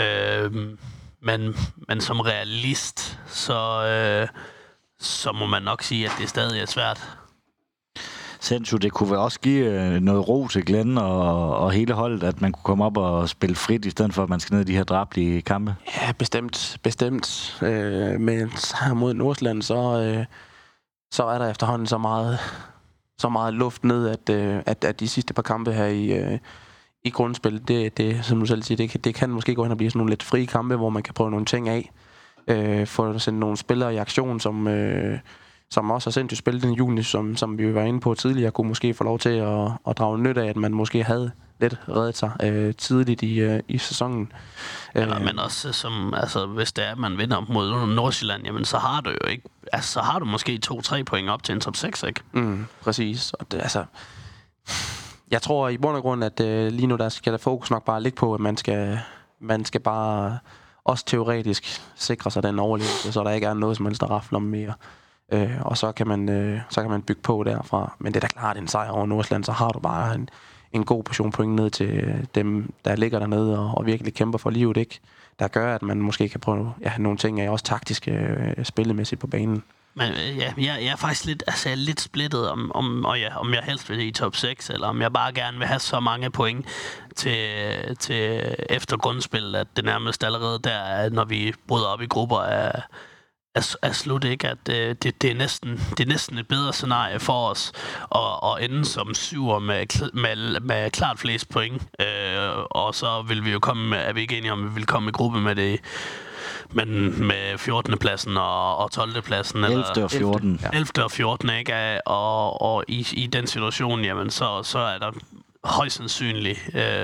Men som realist, så må man nok sige, at det stadig er svært. Sindssygt, det kunne vel også give noget ro til Glenn og hele holdet, at man kunne komme op og spille frit, i stedet for, at man skal ned i de her drabelige kampe? Ja, bestemt. Men mod Nordsjælland, så er der efterhånden så meget luft ned, at de sidste par kampe her i grundspil, det som du selv siger, det kan måske gå hen og blive sådan nogle lidt frie kampe, hvor man kan prøve nogle ting af. Få sendt nogle spillere i aktion, som også har sendt spillet den juni, som vi var inde på tidligere, kunne måske få lov til at drage nyt af, at man måske havde lidt reddet sig tidligt i sæsonen. Men også som, altså, hvis det er, at man vinder mod Nordsjælland, jamen så har du jo ikke, altså så har du måske 2-3 point op til en top 6, ikke? Præcis, og det, altså, jeg tror i bund og grund, at lige nu der skal der fokus nok bare ligge på, at man skal bare også teoretisk sikre sig den overlevelse, så der ikke er noget som helst, der rafler om mere. Og så kan man bygge på derfra. Men det er da klart, en sejr over Nordsjælland, så har du bare en god portion point ned til dem, der ligger dernede og virkelig kæmper for livet, ikke? Der gør, at man måske kan prøve nogle ting af også taktisk spillemæssigt på banen. Men jeg er faktisk lidt, altså jeg er lidt splittet om jeg helst vil i top 6, eller om jeg bare gerne vil have så mange point til efter grundspil, at det nærmest allerede der, når vi bryder op i grupper, er slut, ikke? At det er næsten et bedre scenarie for os at ende som 7'er med klart flest point. Og så vil vi jo komme, er vi ikke enige om, vi vil komme i gruppe med det, men med 14. pladsen og 12. pladsen 11. og 14. 11. og 14, ikke? Og i den situation, jamen så er der højst sandsynligt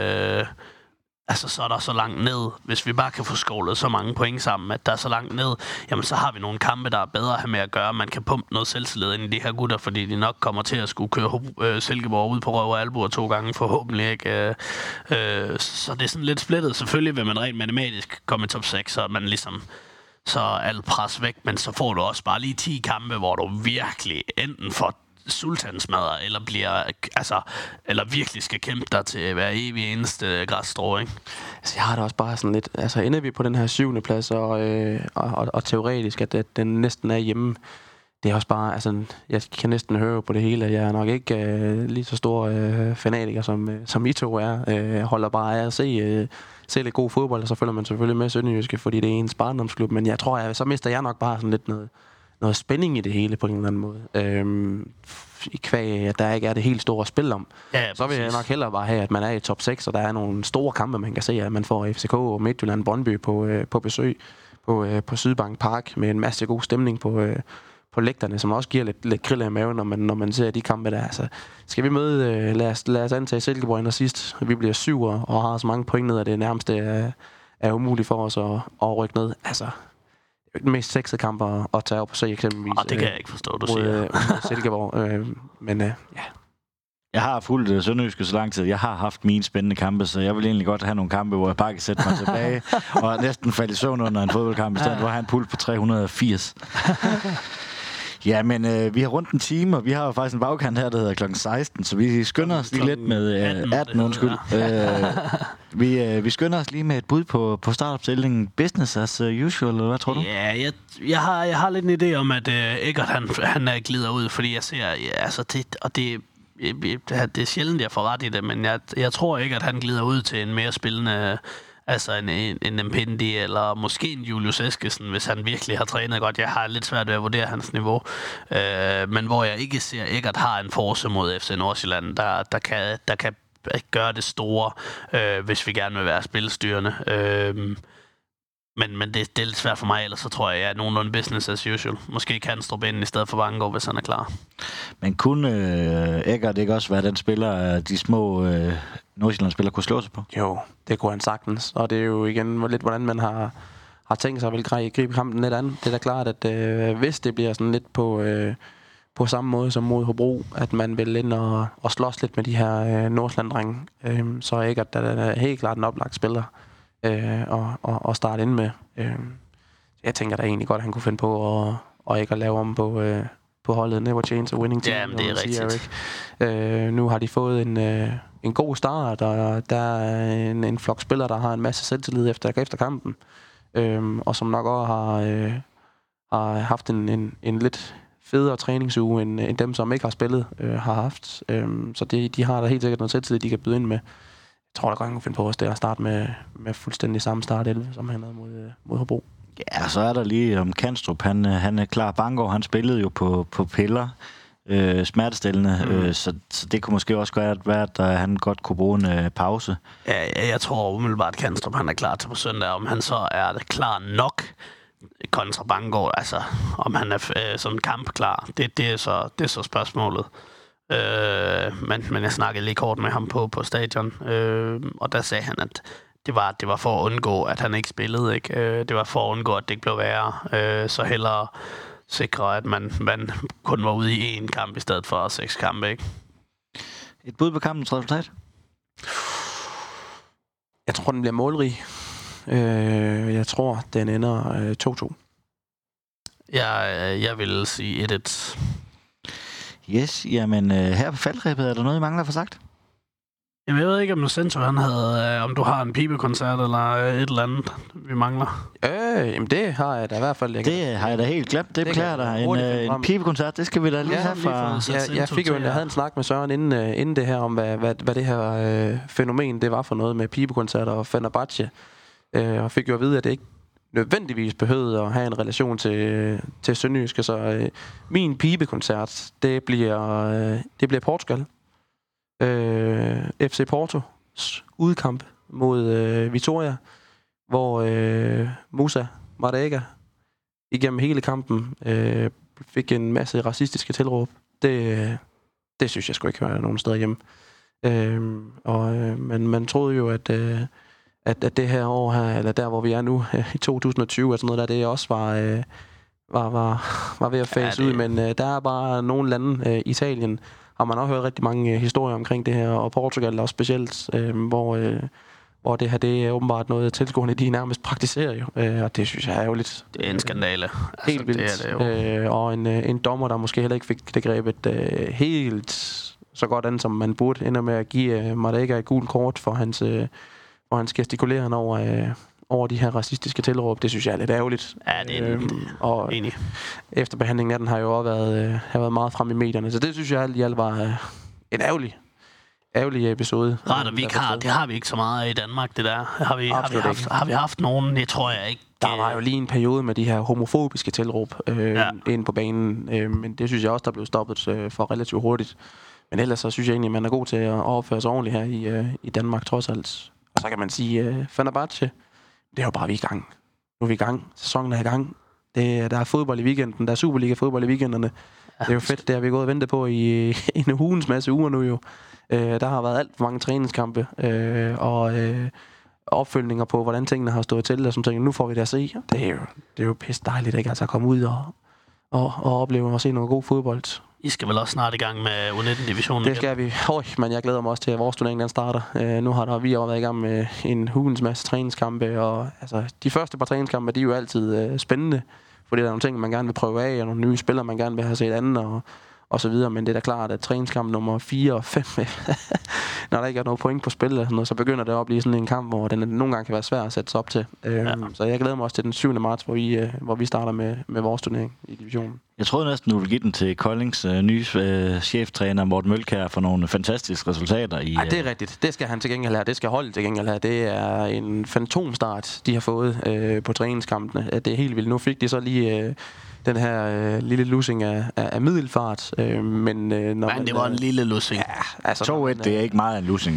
altså så er der så langt ned. Hvis vi bare kan få skålet så mange point sammen, at der er så langt ned, jamen så har vi nogle kampe, der er bedre at have med at gøre. Man kan pumpe noget selvtillid ind i de her gutter, fordi de nok kommer til at skulle køre Silkeborg ud på røv og albuer 2 gange forhåbentlig, ikke? Så det er sådan lidt splittet. Selvfølgelig vil man rent matematisk komme i top 6, så man ligesom så alt pres væk, men så får du også bare lige 10 kampe, hvor du virkelig enten får sultansmadder, eller virkelig skal kæmpe dig til hver evig eneste græsstrå, ikke? Altså, jeg har det også bare sådan lidt, altså ender vi på den her 7. plads, og teoretisk, at den næsten er hjemme, det er også bare, altså, jeg kan næsten høre på det hele, at jeg er nok ikke lige så stor fanatiker, som I to er. Holder bare af at se lidt god fodbold, og så følger man selvfølgelig med Sønderjyske, fordi det er ens barndomsklub, men jeg tror, så mister jeg nok bare sådan lidt noget spænding i det hele på en eller anden måde. I kvæg, at der ikke er det helt store spil om. Ja, så vil jeg nok hellere bare have, at man er i top 6, og der er nogle store kampe, man kan se, at man får FCK og Midtjylland Brøndby på besøg på Sydbank Park med en masse god stemning på lægterne, som også giver lidt kriller i maven, når man ser de kampe der. Altså, skal vi møde, lad os antage Silkeborg ind og sidst, vi bliver 7 og har så mange point ned, at det nærmest er umuligt for os at rykke ned. Altså, den mest sexede kamp at tage op og se eksempelvis. Det kan jeg ikke forstå, du siger. Silkeborg. Men ja. Jeg har fulgt Sønderjyske så lang tid. Jeg har haft mine spændende kampe, så jeg vil egentlig godt have nogle kampe, hvor jeg bare kan sætte mig tilbage og næsten falde i søvn under en fodboldkamp, i stedet hvor jeg har en puls på 380. Ja, men vi har rundt en time, og vi har jo faktisk en bagkant her, der hedder klokken 16, så vi skynder os lige lidt med 18, undskyld. Vi skynder os lige med et bud på startopstillingen. Business as usual, eller hvad tror du? Ja, jeg har lidt en idé om, at Eggert han glider ud, fordi jeg ser, altså det er sjældent, jeg får ret i det, men jeg tror ikke, at han glider ud til en mere spillende, altså en Mpendi, eller måske en Julius Eskesen, hvis han virkelig har trænet godt. Jeg har lidt svært ved at vurdere hans niveau. Men hvor jeg ikke ser, Eggert har en force mod FC Nordsjælland, der kan gøre det store, hvis vi gerne vil være spilstyrende. Men det er lidt svært for mig, ellers så tror jeg er nogenlunde business as usual. Måske kan Strup ind i stedet for Vangård, hvis han er klar. Men kunne Eggert ikke også være den spiller, de små Nordsjælland-spillere kunne slå sig på? Jo, det kunne han sagtens. Og det er jo igen lidt, hvordan man har tænkt sig at gribe kampen lidt an. Det er da klart, at hvis det bliver sådan lidt på samme måde som mod Hobro, at man vil ind og slås lidt med de her Nordsjælland-drenge, så er Eggert der helt klart en oplagt spiller og starte ind med. Jeg tænker da egentlig godt, at han kunne finde på at ikke at lave om på holdet Never Change a Winning Team. Ja, det er rigtigt. Nu har de fået en god start, og der er en flok spillere, der har en masse selvtillid efter kampen, og som nok også har haft en lidt federe træningsuge, end dem, som ikke har spillet, har haft. Så de har da helt sikkert noget selvtillid, de kan byde ind med. Jeg tror da godt, han kan finde på at starte med fuldstændig samme start 11, som han havde mod Hobro. Ja, så er der lige om Kanstrup. Han er klar. Bangor, han spillede jo på piller, smertestillende, så det kunne måske også være, at han godt kunne bruge en pause. Ja, jeg tror umiddelbart, at Kanstrup han er klar til på søndag. Om han så er klar nok kontra Bangor, altså om han er sådan kampklar, det er så spørgsmålet. Men jeg snakkede lige kort med ham på stadion, og der sagde han, at det var for at undgå, at han ikke spillede. Ikke? Det var for at undgå, at det ikke blev værre. Så hellere sikre, at man kun var ude i 1 kamp i stedet for 6 kampe. Ikke? Et bud på kampens resultat? Jeg tror, den bliver målrig. Jeg tror, den ender 2-2. Jeg vil sige 1-1. Yes, jamen her på faldrebet, er der noget, I mangler for sagt? Jamen, jeg ved ikke, om Lucento, om du har en pibekoncert eller et eller andet, vi mangler. Jamen det har jeg da i hvert fald. Det har jeg da helt glemt. Det beklager dig. En pibekoncert, det skal vi da lige have fra... Jeg havde en snak med Søren inden det her, om hvad det her fænomen det var for noget med pibekoncerter og Fenerbahce. Og fik jo at vide, at det ikke nødvendigvis behøvede at have en relation til Sønderjyske. Så min pibekoncert, det bliver Portugal. FC Portos udkamp mod Vitória, hvor Musa Marega igennem hele kampen fik en masse racistiske tilråb. Det synes jeg sgu ikke hører nogen steder hjemme. Men man troede jo, at det her år her, eller der hvor vi er nu i 2020 og sådan noget der, det også var ved at fase ud, men der er bare nogle lande, Italien har man også hørt rigtig mange historier omkring det her, og Portugal også specielt, hvor det her, det er åbenbart noget, tilskuerne de nærmest praktiserer jo, og det synes jeg er ærgerligt. Det er en skandale. Helt vildt. Det er det og en dommer, der måske heller ikke fik det grebet helt så godt an, som man burde, ender med at give Marega et gult kort for hans gestikuleren over de her racistiske tilråb. Det synes jeg er lidt ærgerligt. Ja, det er enig. Efterbehandlingen af den har jo også været meget frem i medierne, så det synes jeg alt i alt var en ærgerlig episode. Det har vi ikke så meget i Danmark, det der. Har vi haft nogen? Det tror jeg ikke. Der var jo lige en periode med de her homofobiske tilråb inde på banen, men det synes jeg også, der blev stoppet for relativt hurtigt. Men ellers så synes jeg egentlig, at man er god til at opføre sig ordentligt her i Danmark, trods alt. Og så kan man sige, Fenerbahce, det er jo bare, vi er i gang. Nu er vi i gang. Sæsonen er i gang. Der er fodbold i weekenden. Der er Superliga-fodbold i weekenderne. Det er jo fedt. Det har vi gået og ventet på i en ugens masse uger nu jo. Der har været alt for mange træningskampe og opfølgninger på, hvordan tingene har stået til. Og sådan ting. Nu får vi det at se. Det er jo pisse dejligt, ikke? Altså at komme ud og opleve og se noget god fodbold. I skal vel også snart i gang med U19-divisionen? Det skal vi. Men jeg glæder mig også til, at vores turnering den starter. Nu har vi også været i gang med en hugens masse træningskampe, og altså, de første par træningskampe, de er jo altid spændende, fordi der er nogle ting, man gerne vil prøve af, og nogle nye spillere, man gerne vil have set andet, og så videre. Men det er da klart, at træningskamp nummer 4 og 5, når der ikke er noget point på spil, eller sådan noget, så begynder det at blive sådan en kamp, hvor den nogle gange kan være svær at sætte sig op til. Så jeg glæder mig også til den 7. marts, hvor vi starter med vores turnering i divisionen. Jeg troede næsten, du ville give den til Koldings nye cheftræner Morten Mølkjær for nogle fantastiske resultater. Nej, det er rigtigt. Det skal han til gengæld have. Det skal holdet til gengæld have. Det er en fantomstart, de har fået på træningskampene. Det er helt vildt. Nu fik de så lige den her lille lussing af middelfart. Men det var en lille lussing. Ja, altså 2-1, det er ikke meget af en lussing,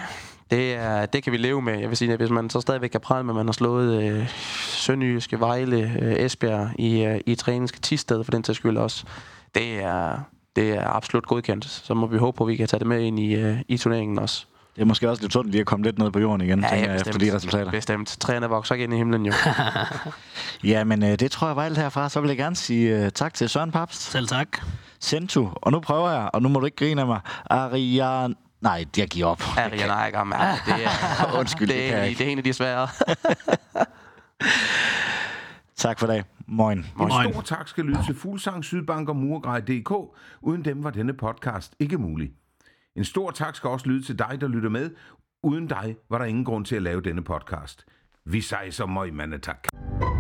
da. Det kan vi leve med. Jeg vil sige, at hvis man så stadigvæk kan prale med, at man har slået Sønderjyske, Vejle, Esbjerg i træningske Thisted for den til skyld også, det er absolut godkendt. Så må vi håbe på, at vi kan tage det med ind i turneringen også. Det er måske også lidt sundt lige at komme lidt ned på jorden igen, efter de resultater. Bestemt. Træerne vokser ikke ind i himlen jo. Ja, men det tror jeg var alt herfra. Så vil jeg gerne sige tak til Søren Papst. Selv tak. Sentu. Og nu prøver jeg, og nu må du ikke grine af mig. Arian... Nej, jeg giver op. Arian Eikam. Undskyld. Det er en af de svære. Tak for det. Moin. En stor tak skal lyde til Fuglsang, Sydbank og Murgrej.dk. Uden dem var denne podcast ikke mulig. En stor tak skal også lyde til dig, der lytter med. Uden dig var der ingen grund til at lave denne podcast. Vi sejser møg, mandetak.